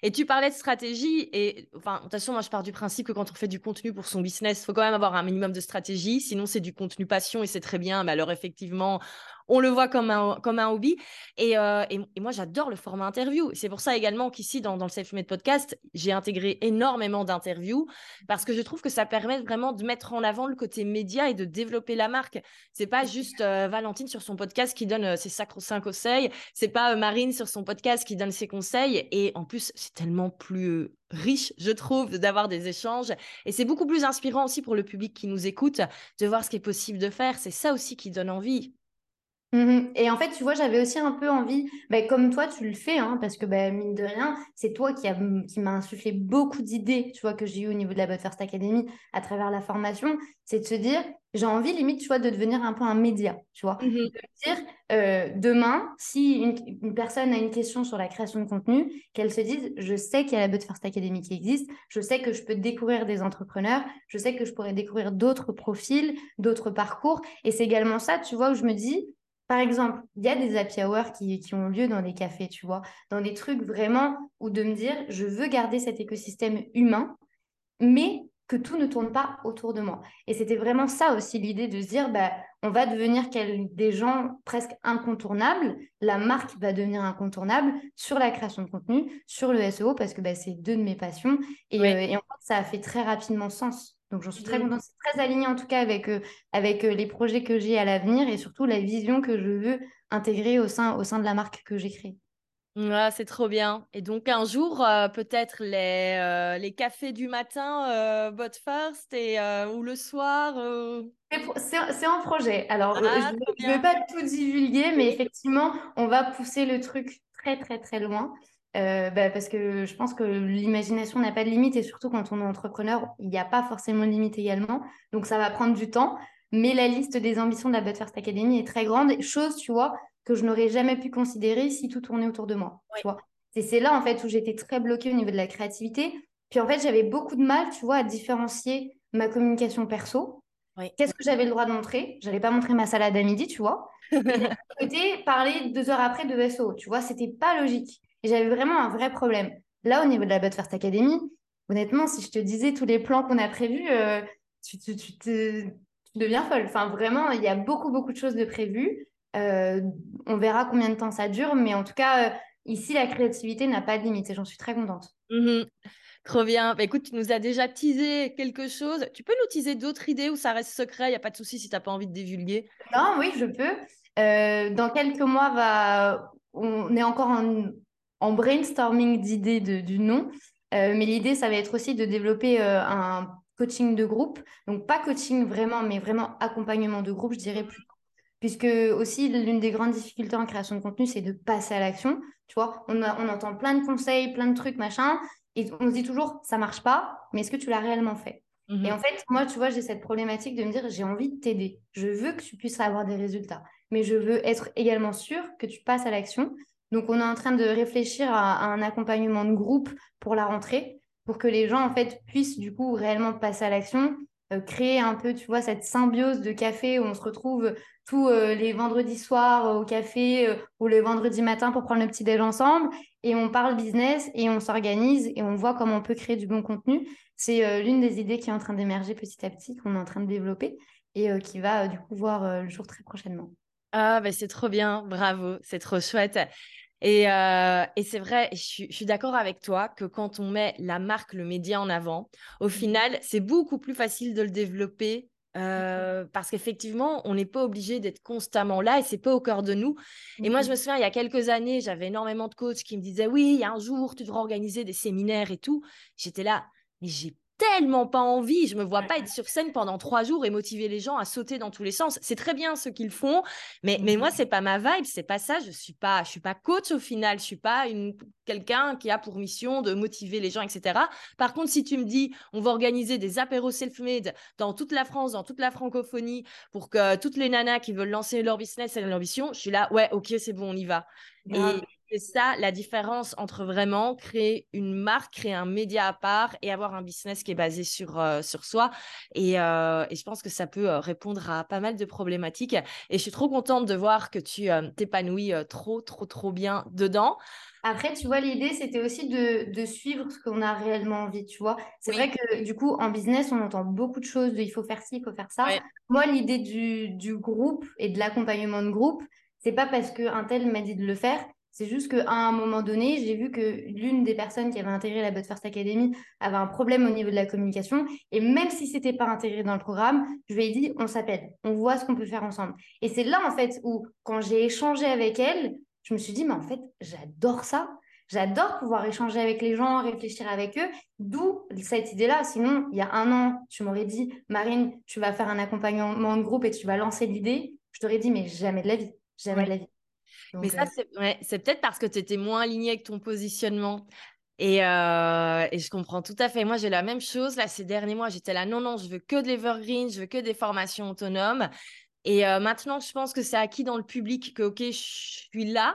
Et tu parlais de stratégie et enfin, de toute façon, moi je pars du principe que quand on fait du contenu pour son business, il faut quand même avoir un minimum de stratégie, sinon c'est du contenu passion et c'est très bien, mais alors effectivement, on le voit comme un, comme un hobby. Et, euh, et, et moi j'adore le format interview. C'est pour ça également qu'ici, dans, dans le Self-Made Podcast, j'ai intégré énormément d'interviews parce que je trouve que ça permet vraiment de mettre en avant le côté média et de développer la marque. C'est pas juste euh, Valentine sur son podcast qui donne euh, ses sacro-saints conseils, c'est pas euh, Marine sur son podcast qui donne ses conseils. Et en plus, c'est tellement plus euh, riche, je trouve, d'avoir des échanges. Et c'est beaucoup plus inspirant aussi pour le public qui nous écoute de voir ce qui est possible de faire. C'est ça aussi qui donne envie. Mhm. Et en fait, tu vois, j'avais aussi un peu envie, ben, comme toi, tu le fais, hein, parce que ben, mine de rien, c'est toi qui, a, qui m'a insufflé beaucoup d'idées, tu vois, que j'ai eues au niveau de la But First Academy à travers la formation. C'est de se dire, j'ai envie limite, tu vois, de devenir un peu un média, tu vois. Mhm. De me dire, euh, demain, si une, une personne a une question sur la création de contenu, qu'elle se dise, je sais qu'il y a la But First Academy qui existe, je sais que je peux découvrir des entrepreneurs, je sais que je pourrais découvrir d'autres profils, d'autres parcours. Et c'est également ça, tu vois, où je me dis, par exemple, il y a des happy hours qui, qui ont lieu dans des cafés, tu vois, dans des trucs vraiment où de me dire, je veux garder cet écosystème humain, mais que tout ne tourne pas autour de moi. Et c'était vraiment ça aussi l'idée de se dire, bah, on va devenir quel- des gens presque incontournables, la marque va devenir incontournable sur la création de contenu, sur le S E O, parce que bah, c'est deux de mes passions. Et, Oui. euh, et en fait, ça a fait très rapidement sens. Donc j'en suis très Mhm. contente. C'est très aligné en tout cas avec, euh, avec euh, les projets que j'ai à l'avenir et surtout la vision que je veux intégrer au sein, au sein de la marque que j'ai créée. Ouais, c'est trop bien. Et donc un jour, euh, peut-être les, euh, les cafés du matin, euh, But First, et, euh, ou le soir. euh. C'est pro- c'est- c'est un projet. Alors, euh, je Ah, trop ne veux bien. pas tout divulguer, mais Oui. effectivement, on va pousser le truc très, très, très loin. Euh, bah, parce que je pense que l'imagination n'a pas de limite et surtout quand on est entrepreneur, il n'y a pas forcément de limite également. Donc, ça va prendre du temps. Mais la liste des ambitions de la But First Academy est très grande. Chose, tu vois, que je n'aurais jamais pu considérer si tout tournait autour de moi. Oui. Tu vois. C'est c'est là, en fait, où j'étais très bloquée au niveau de la créativité. Puis, en fait, j'avais beaucoup de mal, tu vois, à différencier ma communication perso. Oui. Qu'est-ce que j'avais le droit de montrer? J'allais pas montrer ma salade à midi, tu vois. Et d'un autre côté, parler deux heures après de S O, tu vois, c'était pas logique. Et j'avais vraiment un vrai problème. Là, au niveau de la But First Academy, honnêtement, si je te disais tous les plans qu'on a prévus, euh, tu, tu, tu te, tu deviens folle. Enfin, vraiment, il y a beaucoup, beaucoup de choses de prévues. Euh, on verra combien de temps ça dure, mais en tout cas, euh, ici, la créativité n'a pas de limite et j'en suis très contente. Mhm. Trop bien. Bah, écoute, tu nous as déjà teasé quelque chose. Tu peux nous teaser d'autres idées où ça reste secret? Il n'y a pas de souci si tu n'as pas envie de divulguer. Non, oui, je peux. Euh, dans quelques mois, va... on est encore en, en brainstorming d'idées de, du nom. Euh, mais l'idée, ça va être aussi de développer euh, un coaching de groupe. Donc, pas coaching vraiment, mais vraiment accompagnement de groupe, je dirais plus. Puisque aussi, l'une des grandes difficultés en création de contenu, c'est de passer à l'action. Tu vois, on, a- on entend plein de conseils, plein de trucs, machin, et on se dit toujours, ça marche pas, mais est-ce que tu l'as réellement fait? Et en Mhm. fait, moi, tu vois, j'ai cette problématique de me dire, j'ai envie de t'aider. Je veux que tu puisses avoir des résultats, mais je veux être également sûre que tu passes à l'action. Donc, on est en train de réfléchir à, à un accompagnement de groupe pour la rentrée, pour que les gens, en fait, puissent du coup réellement passer à l'action, euh, créer un peu, tu vois, cette symbiose de café où on se retrouve tous euh, les vendredis soirs euh, au café euh, ou les vendredis matins pour prendre le petit déj ensemble et on parle business et on s'organise et on voit comment on peut créer du bon contenu. C'est euh, l'une des idées qui est en train d'émerger petit à petit, qu'on est en train de développer et euh, qui va euh, du coup voir euh, le jour très prochainement. Ah, bah, c'est trop bien. Bravo. C'est trop chouette. Et, euh, et c'est vrai, je suis, je suis d'accord avec toi que quand on met la marque, le média en avant, au final, c'est beaucoup plus facile de le développer euh, parce qu'effectivement, on n'est pas obligé d'être constamment là et c'est pas au cœur de nous. Et moi, je me souviens, il y a quelques années, j'avais énormément de coachs qui me disaient, oui, il y a un jour, tu devras organiser des séminaires et tout. J'étais là, mais j'ai tellement pas envie. Je me vois pas être sur scène pendant trois jours et motiver les gens à sauter dans tous les sens. C'est très bien ce qu'ils font, mais, mais moi, c'est pas ma vibe, c'est pas ça. Je suis pas, je suis pas coach au final. Je suis pas une, quelqu'un qui a pour mission de motiver les gens, et cetera. Par contre, si tu me dis, on va organiser des apéros self-made dans toute la France, dans toute la francophonie, pour que toutes les nanas qui veulent lancer leur business et leur ambition, je suis là, ouais, ok, c'est bon, on y va. Et, Grave. c'est ça la différence entre vraiment créer une marque, créer un média à part et avoir un business qui est basé sur, euh, sur soi. Et, euh, et je pense que ça peut euh, répondre à pas mal de problématiques. Et je suis trop contente de voir que tu euh, t'épanouis euh, trop, trop, trop bien dedans. Après, tu vois, l'idée, c'était aussi de, de suivre ce qu'on a réellement envie, tu vois. C'est Oui. vrai que du coup, en business, on entend beaucoup de choses de il faut faire ci, il faut faire ça. Ouais. Moi, l'idée du, du groupe et de l'accompagnement de groupe, c'est pas parce qu'un tel m'a dit de le faire, c'est juste qu'à un moment donné, j'ai vu que l'une des personnes qui avait intégré la But First Academy avait un problème au niveau de la communication. Et même si c'était pas intégré dans le programme, je lui ai dit, on s'appelle, on voit ce qu'on peut faire ensemble. Et c'est là, en fait, où quand j'ai échangé avec elle, je me suis dit, mais en fait, j'adore ça. J'adore pouvoir échanger avec les gens, réfléchir avec eux. D'où cette idée-là. Sinon, il y a un an, tu m'aurais dit, Marine, tu vas faire un accompagnement de groupe et tu vas lancer l'idée. Je t'aurais dit, mais jamais de la vie. Jamais Ouais. de la vie. Mais Donc, ça, euh, c'est ouais, c'est peut-être parce que tu étais moins aligné avec ton positionnement. Et, euh, et je comprends tout à fait. Moi, j'ai la même chose. Là, ces derniers mois, j'étais là, non, non, je veux que de l'evergreen, je veux que des formations autonomes. Et euh, maintenant, je pense que c'est acquis dans le public que, OK, je suis là,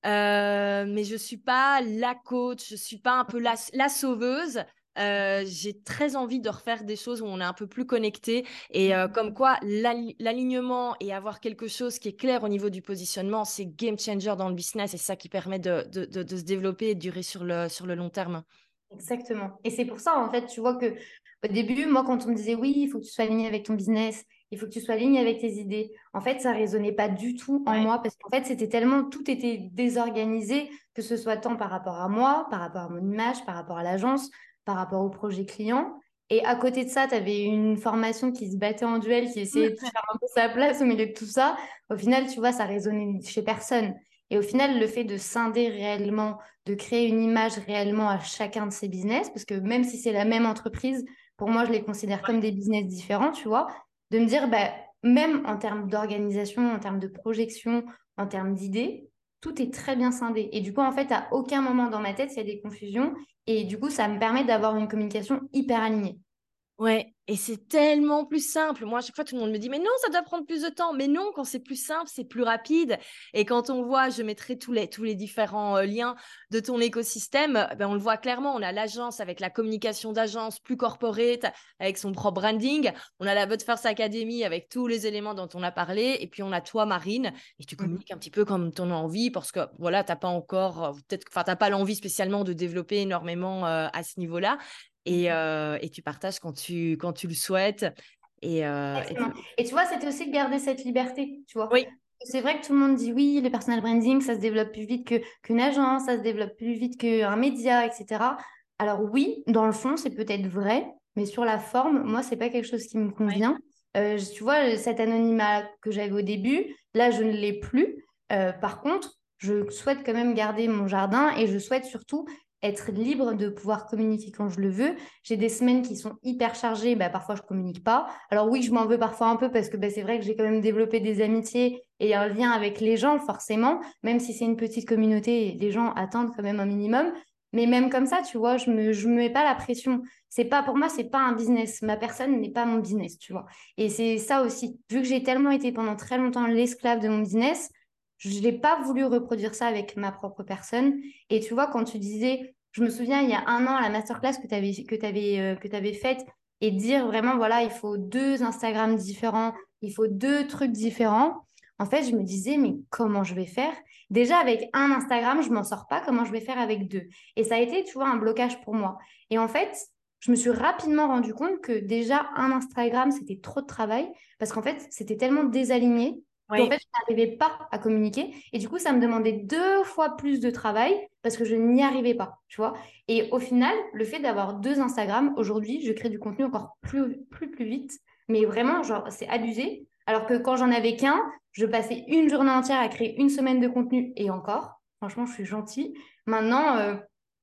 euh, mais je suis pas la coach, je suis pas un peu la, la sauveuse. Euh, j'ai très envie de refaire des choses où on est un peu plus connecté et euh, comme quoi l'ali- l'alignement et avoir quelque chose qui est clair au niveau du positionnement, c'est game changer dans le business et c'est ça qui permet de, de, de, de se développer et de durer sur le, sur le long terme. exactement. Et c'est pour ça, en fait, tu vois que au début, moi, quand on me disait, oui, il faut que tu sois aligné avec ton business, il faut que tu sois aligné avec tes idées, en fait, ça résonnait pas du tout en Ouais. moi parce qu'en fait, c'était tellement, tout était désorganisé, que ce soit tant par rapport à moi, par rapport à mon image, par rapport à l'agence, par rapport au projet client. Et à côté de ça, tu avais une formation qui se battait en duel, qui essayait de faire un peu sa place au milieu de tout ça. Au final, tu vois, ça résonnait chez personne. Et au final, le fait de scinder réellement, de créer une image réellement à chacun de ces business, parce que même si c'est la même entreprise, pour moi, je les considère comme des business différents, tu vois, de me dire, bah, même en termes d'organisation, en termes de projection, en termes d'idées, tout est très bien scindé. Et du coup, en fait, à aucun moment dans ma tête, il y a des confusions. Et du coup, ça me permet d'avoir une communication hyper alignée. Ouais, et c'est tellement plus simple. Moi, à chaque fois, tout le monde me dit, mais non, ça doit prendre plus de temps. Mais non, quand c'est plus simple, c'est plus rapide. Et quand on voit, je mettrai tous les, tous les différents euh, liens de ton écosystème, euh, ben, on le voit clairement. On a l'agence avec la communication d'agence plus corporate, avec son propre branding. On a la But First Academy avec tous les éléments dont on a parlé. Et puis, on a toi, Marine, et tu communiques un petit peu comme tu en as envie parce que, voilà, t'as pas encore, euh, peut-être, enfin, t'as pas l'envie spécialement de développer énormément euh, à ce niveau-là. Et, euh, et tu partages quand tu, quand tu le souhaites. Et, euh, et Exactement. Et tu vois, c'était aussi de garder cette liberté, tu vois. oui, C'est vrai que tout le monde dit oui, le personal branding, ça se développe plus vite que, qu'une agence, ça se développe plus vite qu'un média, et cetera. Alors oui, dans le fond, c'est peut-être vrai, mais sur la forme, moi, c'est pas quelque chose qui me ouais, convient. Euh, je- tu vois, cet anonymat que j'avais au début, là, je ne l'ai plus. Euh, par contre, je souhaite quand même garder mon jardin et je souhaite surtout être libre de pouvoir communiquer quand je le veux. J'ai des semaines qui sont hyper chargées, bah, parfois je communique pas. Alors oui, je m'en veux parfois un peu parce que bah, c'est vrai que j'ai quand même développé des amitiés et un lien avec les gens, forcément, même si c'est une petite communauté, les gens attendent quand même un minimum. Mais même comme ça, tu vois, je me, je me mets pas la pression. C'est pas, pour moi, c'est pas un business. Ma personne n'est pas mon business, tu vois. Et c'est ça aussi. Vu que j'ai tellement été pendant très longtemps l'esclave de mon business, je n'ai pas voulu reproduire ça avec ma propre personne. Et tu vois, quand tu disais, je me souviens, il y a un an, la masterclass que tu avais, que tu avais, euh, que tu avais faite, et dire vraiment, voilà, il faut deux Instagram différents, il faut deux trucs différents. En fait, je me disais, mais comment je vais faire? Déjà, avec un Instagram, je m'en sors pas. Comment je vais faire avec deux? Et ça a été, tu vois, un blocage pour moi. Et en fait, je me suis rapidement rendu compte que déjà, un Instagram, c'était trop de travail parce qu'en fait, c'était tellement désaligné qu'en oui. fait, je n'arrivais pas à communiquer. Et du coup, ça me demandait deux fois plus de travail parce que je n'y arrivais pas, tu vois. Et au final, le fait d'avoir deux Instagram, aujourd'hui, je crée du contenu encore plus, plus, plus vite. Mais vraiment, genre, c'est abusé. Alors que quand j'en avais qu'un, je passais une journée entière à créer une semaine de contenu et encore. Franchement, je suis gentille. Maintenant, euh,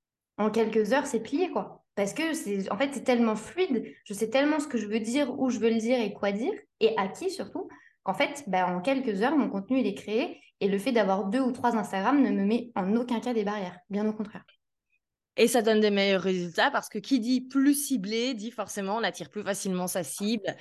en quelques heures, c'est plié, quoi. Parce que c'est, en fait, c'est tellement fluide. Je sais tellement ce que je veux dire, où je veux le dire et quoi dire, et à qui surtout, qu'en fait, bah, en quelques heures, mon contenu, il est créé. Et le fait d'avoir deux ou trois Instagram ne me met en aucun cas des barrières. Bien au contraire. Et ça donne des meilleurs résultats parce que qui dit plus ciblé dit forcément on attire plus facilement sa cible.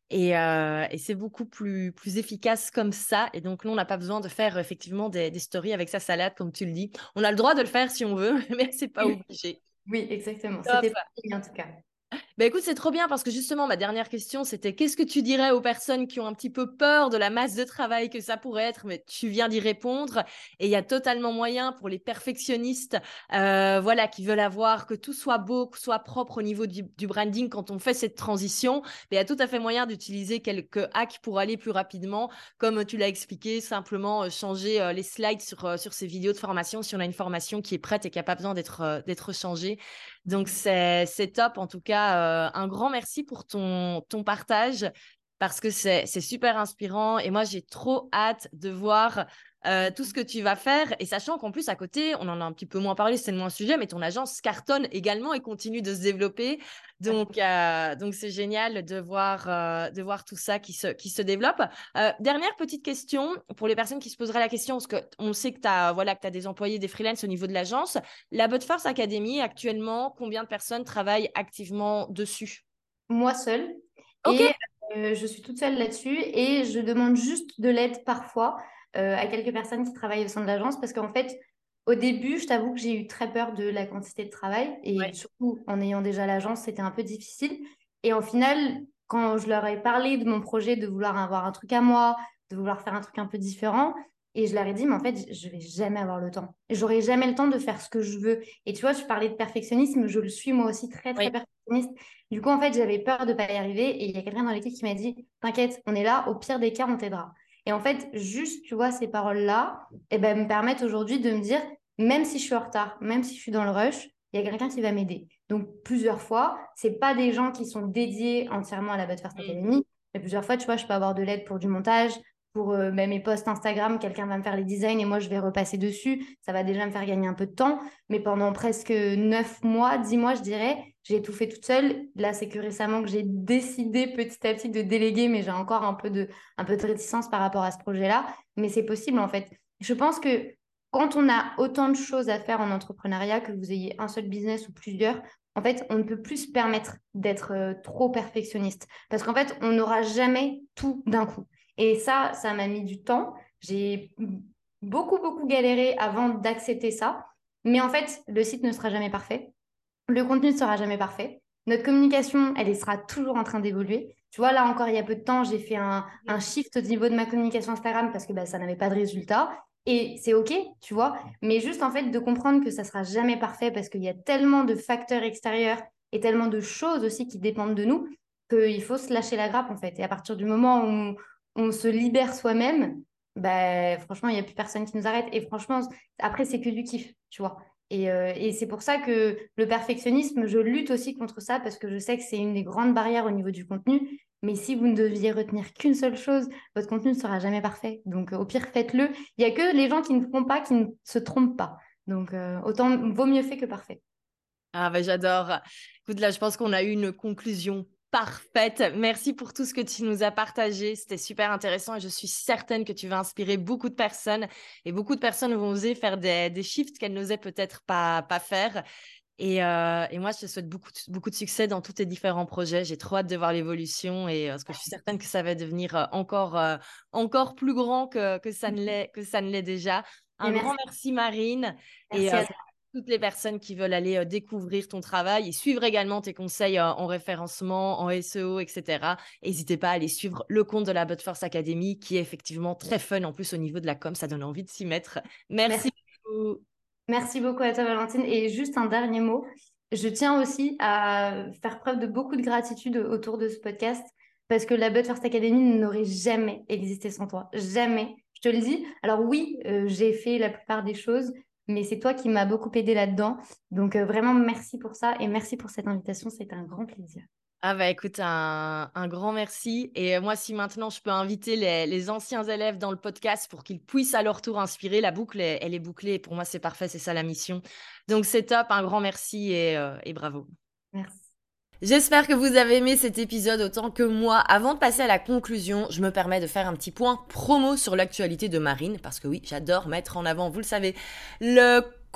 Et, euh, et c'est beaucoup plus, plus efficace comme ça. Et donc, nous, on n'a pas besoin de faire effectivement des, des stories avec sa salade, comme tu le dis. On a le droit de le faire si on veut, mais c'est pas obligé. Oui, exactement. Top. C'était pas fini en tout cas. Bah écoute, c'est trop bien parce que justement, ma dernière question, c'était qu'est-ce que tu dirais aux personnes qui ont un petit peu peur de la masse de travail que ça pourrait être, mais tu viens d'y répondre. Et il y a totalement moyen pour les perfectionnistes, euh, voilà, qui veulent avoir que tout soit beau, que soit propre au niveau du, du branding quand on fait cette transition. Mais il y a tout à fait moyen d'utiliser quelques hacks pour aller plus rapidement. Comme tu l'as expliqué, simplement euh, changer euh, les slides sur, euh, sur ces vidéos de formation si on a une formation qui est prête et qui n'a pas besoin d'être euh, d'être changée. Donc, c'est, c'est top. En tout cas, euh, un grand merci pour ton, ton partage parce que c'est, c'est super inspirant. Et moi, j'ai trop hâte de voir euh, tout ce que tu vas faire. Et sachant qu'en plus, à côté, on en a un petit peu moins parlé, c'est moins un sujet, mais ton agence cartonne également et continue de se développer. Donc, euh, donc c'est génial de voir, euh, de voir tout ça qui se, qui se développe. Euh, dernière petite question pour les personnes qui se poseraient la question, parce qu'on sait que tu as voilà, que tu as des employés, des freelances au niveau de l'agence. La But Force Academy, actuellement, combien de personnes travaillent activement dessus? Moi seule. Ok. Et euh, je suis toute seule là-dessus et je demande juste de l'aide parfois euh, à quelques personnes qui travaillent au sein de l'agence parce qu'en fait, au début, je t'avoue que j'ai eu très peur de la quantité de travail et Ouais. surtout en ayant déjà l'agence, c'était un peu difficile. Et en final, quand je leur ai parlé de mon projet de vouloir avoir un truc à moi, de vouloir faire un truc un peu différent, et je leur ai dit, mais en fait, je vais jamais avoir le temps. J'aurai jamais le temps de faire ce que je veux. Et tu vois, je parlais de perfectionnisme, je le suis moi aussi très, très Oui. perfectionniste. Du coup, en fait, j'avais peur de ne pas y arriver. Et il y a quelqu'un dans l'équipe qui m'a dit, t'inquiète, on est là, au pire des cas, on t'aidera. Et en fait, juste, tu vois, ces paroles-là, eh ben, me permettent aujourd'hui de me dire, même si je suis en retard, même si je suis dans le rush, il y a quelqu'un qui va m'aider. Donc, plusieurs fois, ce pas des gens qui sont dédiés entièrement à la But First Mm. Academy, mais plusieurs fois, tu vois, je peux avoir de l'aide pour du montage, pour euh, ben, mes posts Instagram, quelqu'un va me faire les designs et moi, je vais repasser dessus. Ça va déjà me faire gagner un peu de temps. Mais pendant presque neuf mois, dix mois, je dirais, j'ai tout fait toute seule. Là, c'est que récemment que j'ai décidé petit à petit de déléguer, mais j'ai encore un peu de, un peu de réticence par rapport à ce projet-là. Mais c'est possible, en fait. Je pense que quand on a autant de choses à faire en entrepreneuriat, que vous ayez un seul business ou plusieurs, en fait, on ne peut plus se permettre d'être euh, trop perfectionniste. Parce qu'en fait, on n'aura jamais tout d'un coup. Et ça, ça m'a mis du temps. J'ai beaucoup, beaucoup galéré avant d'accepter ça. Mais en fait, le site ne sera jamais parfait. Le contenu ne sera jamais parfait. Notre communication, elle sera toujours en train d'évoluer. Tu vois, là encore, il y a peu de temps, j'ai fait un, un shift au niveau de ma communication Instagram parce que bah, ça n'avait pas de résultat. Et c'est OK, tu vois. Mais juste, en fait, de comprendre que ça sera jamais parfait parce qu'il y a tellement de facteurs extérieurs et tellement de choses aussi qui dépendent de nous qu'il faut se lâcher la grappe, en fait. Et à partir du moment où on, on se libère soi-même, bah, franchement, il n'y a plus personne qui nous arrête. Et franchement, après, c'est que du kiff, tu vois. Et, euh, et c'est pour ça que le perfectionnisme, je lutte aussi contre ça parce que je sais que c'est une des grandes barrières au niveau du contenu. Mais si vous ne deviez retenir qu'une seule chose, votre contenu ne sera jamais parfait. Donc, euh, au pire, faites-le. Il n'y a que les gens qui ne font pas, qui ne se trompent pas. Donc, euh, autant vaut mieux fait que parfait. Ah, bah, j'adore. Écoute, là, je pense qu'on a eu une conclusion parfaite. Merci pour tout ce que tu nous as partagé. C'était super intéressant et je suis certaine que tu vas inspirer beaucoup de personnes et beaucoup de personnes vont oser faire des, des shifts qu'elles n'osaient peut-être pas, pas faire. Et, euh, et moi, je te souhaite beaucoup, de- beaucoup de succès dans tous tes différents projets. J'ai trop hâte de voir l'évolution et euh, parce que je suis certaine que ça va devenir euh, encore, euh, encore plus grand que, que ça ne l'est, que ça ne l'est déjà. Un Et grand merci. merci, Marine. Merci Et euh, à toi. toutes les personnes qui veulent aller euh, découvrir ton travail et suivre également tes conseils euh, en référencement, en S E O, et cetera. N'hésitez pas à aller suivre le compte de la But Force Academy qui est effectivement très fun. En plus, au niveau de la com, ça donne envie de s'y mettre. Merci Merci. beaucoup. Merci beaucoup à toi, Valentine. Et juste un dernier mot. Je tiens aussi à faire preuve de beaucoup de gratitude autour de ce podcast parce que la But First Academy n'aurait jamais existé sans toi. Jamais. Je te le dis. Alors oui, euh, j'ai fait la plupart des choses, mais c'est toi qui m'as beaucoup aidé là-dedans. Donc euh, vraiment, merci pour ça et merci pour cette invitation. C'était un grand plaisir. Ah bah écoute, un, un grand merci. Et euh, moi, si maintenant je peux inviter les, les anciens élèves dans le podcast pour qu'ils puissent à leur tour inspirer, la boucle, elle, elle est bouclée. Et pour moi, c'est parfait, c'est ça la mission. Donc c'est top, un grand merci et, euh, et bravo. Merci. J'espère que vous avez aimé cet épisode autant que moi. Avant de passer à la conclusion, je me permets de faire un petit point promo sur l'actualité de Marine, parce que oui, j'adore mettre en avant, vous le savez, le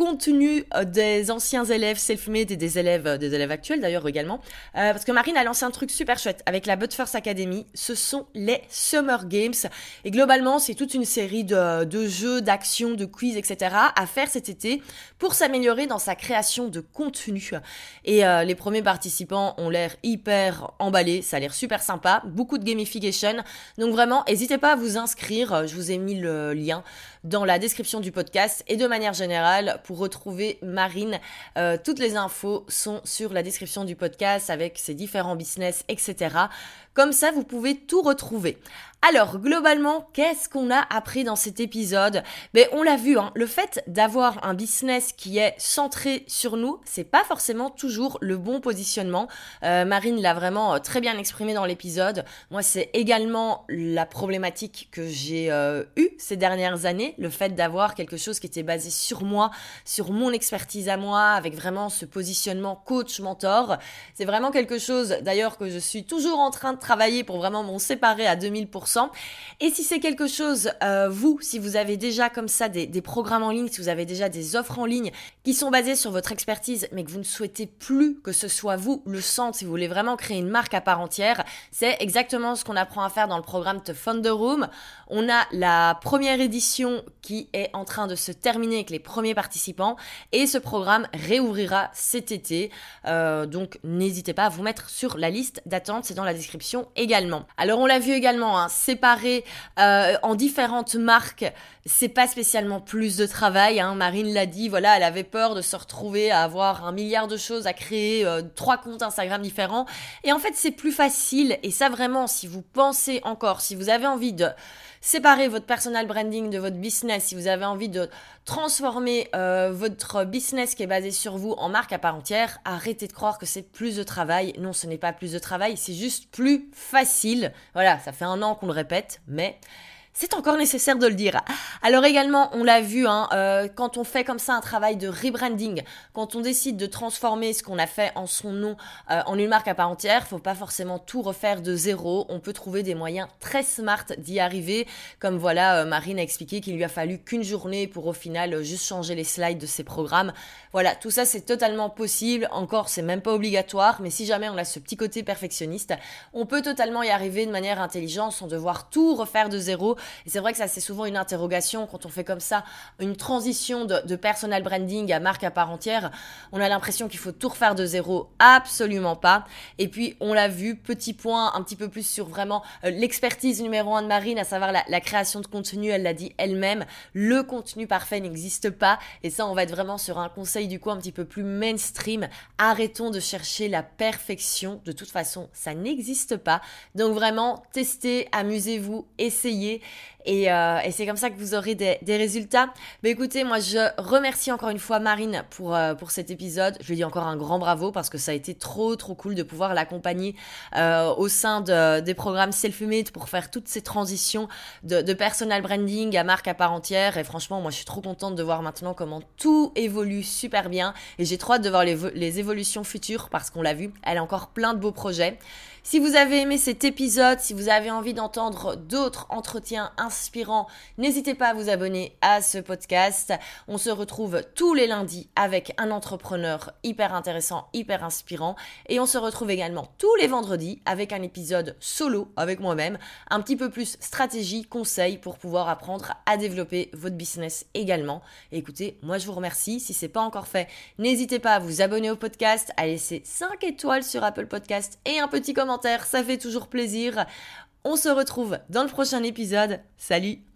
contenu des anciens élèves self-made et des élèves, des élèves actuels d'ailleurs également. Euh, parce que Marine a lancé un truc super chouette avec la But First Academy. Ce sont les Summer Games. Et globalement, c'est toute une série de, de jeux, d'actions, de quiz, et cetera à faire cet été pour s'améliorer dans sa création de contenu. Et euh, les premiers participants ont l'air hyper emballés. Ça a l'air super sympa. Beaucoup de gamification. Donc vraiment, n'hésitez pas à vous inscrire. Je vous ai mis le lien dans la description du podcast et de manière générale pour retrouver Marine, euh, toutes les infos sont sur la description du podcast avec ses différents business, et cetera. Comme ça, vous pouvez tout retrouver. Alors, globalement, qu'est-ce qu'on a appris dans cet épisode ? Ben, on l'a vu, hein, le fait d'avoir un business qui est centré sur nous, c'est pas forcément toujours le bon positionnement. Euh, Marine l'a vraiment euh, très bien exprimé dans l'épisode. Moi, c'est également la problématique que j'ai euh, eue ces dernières années, le fait d'avoir quelque chose qui était basé sur moi, sur mon expertise à moi, avec vraiment ce positionnement coach-mentor. C'est vraiment quelque chose, d'ailleurs, que je suis toujours en train de travailler pour vraiment m'en séparer à deux mille pour cent. Et si c'est quelque chose, euh, vous, si vous avez déjà comme ça des, des programmes en ligne, si vous avez déjà des offres en ligne qui sont basées sur votre expertise, mais que vous ne souhaitez plus que ce soit vous le centre, si vous voulez vraiment créer une marque à part entière, c'est exactement ce qu'on apprend à faire dans le programme The Founder Room. On a la première édition qui est en train de se terminer avec les premiers participants et ce programme réouvrira cet été. Euh, donc, n'hésitez pas à vous mettre sur la liste d'attente, c'est dans la description également. Alors, on l'a vu également, hein, séparé euh, en différentes marques, c'est pas spécialement plus de travail, hein. Marine l'a dit, voilà, elle avait peur de se retrouver à avoir un milliard de choses à créer, euh, trois comptes Instagram différents. Et en fait, c'est plus facile. Et ça, vraiment, si vous pensez encore, si vous avez envie de séparer votre personal branding de votre business, si vous avez envie de transformer euh, votre business qui est basé sur vous en marque à part entière, arrêtez de croire que c'est plus de travail. Non, ce n'est pas plus de travail, c'est juste plus facile. Voilà, ça fait un an qu'on le répète, mais c'est encore nécessaire de le dire. Alors également, on l'a vu, hein, euh, quand on fait comme ça un travail de rebranding, quand on décide de transformer ce qu'on a fait en son nom euh, en une marque à part entière, faut pas forcément tout refaire de zéro. On peut trouver des moyens très smart d'y arriver. Comme voilà, euh, Marine a expliqué qu'il lui a fallu qu'une journée pour au final euh, juste changer les slides de ses programmes. Voilà, tout ça c'est totalement possible. Encore, c'est même pas obligatoire, mais si jamais on a ce petit côté perfectionniste, on peut totalement y arriver de manière intelligente sans devoir tout refaire de zéro. Et c'est vrai que ça, c'est souvent une interrogation quand on fait comme ça une transition de, de personal branding à marque à part entière. On a l'impression qu'il faut tout refaire de zéro. Absolument pas. Et puis, on l'a vu, petit point un petit peu plus sur vraiment euh, l'expertise numéro un de Marine, à savoir la, la création de contenu. Elle l'a dit elle-même, le contenu parfait n'existe pas. Et ça, on va être vraiment sur un conseil du coup un petit peu plus mainstream. Arrêtons de chercher la perfection. De toute façon, ça n'existe pas. Donc vraiment, testez, amusez-vous, essayez. Et, euh, et c'est comme ça que vous aurez des, des résultats. Mais écoutez, moi je remercie encore une fois Marine pour, euh, pour cet épisode. Je lui dis encore un grand bravo parce que ça a été trop trop cool de pouvoir l'accompagner euh, au sein de, des programmes Self-Made pour faire toutes ces transitions de, de personal branding à marque à part entière. Et franchement, moi je suis trop contente de voir maintenant comment tout évolue super bien. Et j'ai trop hâte de voir les, les évolutions futures parce qu'on l'a vu, elle a encore plein de beaux projets. Si vous avez aimé cet épisode, si vous avez envie d'entendre d'autres entretiens inspirants, n'hésitez pas à vous abonner à ce podcast. On se retrouve tous les lundis avec un entrepreneur hyper intéressant, hyper inspirant. Et on se retrouve également tous les vendredis avec un épisode solo avec moi-même, un petit peu plus stratégie, conseil pour pouvoir apprendre à développer votre business également. Et écoutez, moi je vous remercie. Si c'est pas encore fait, n'hésitez pas à vous abonner au podcast, à laisser cinq étoiles sur Apple Podcast et un petit commentaire. Ça fait toujours plaisir. On se retrouve dans le prochain épisode. Salut!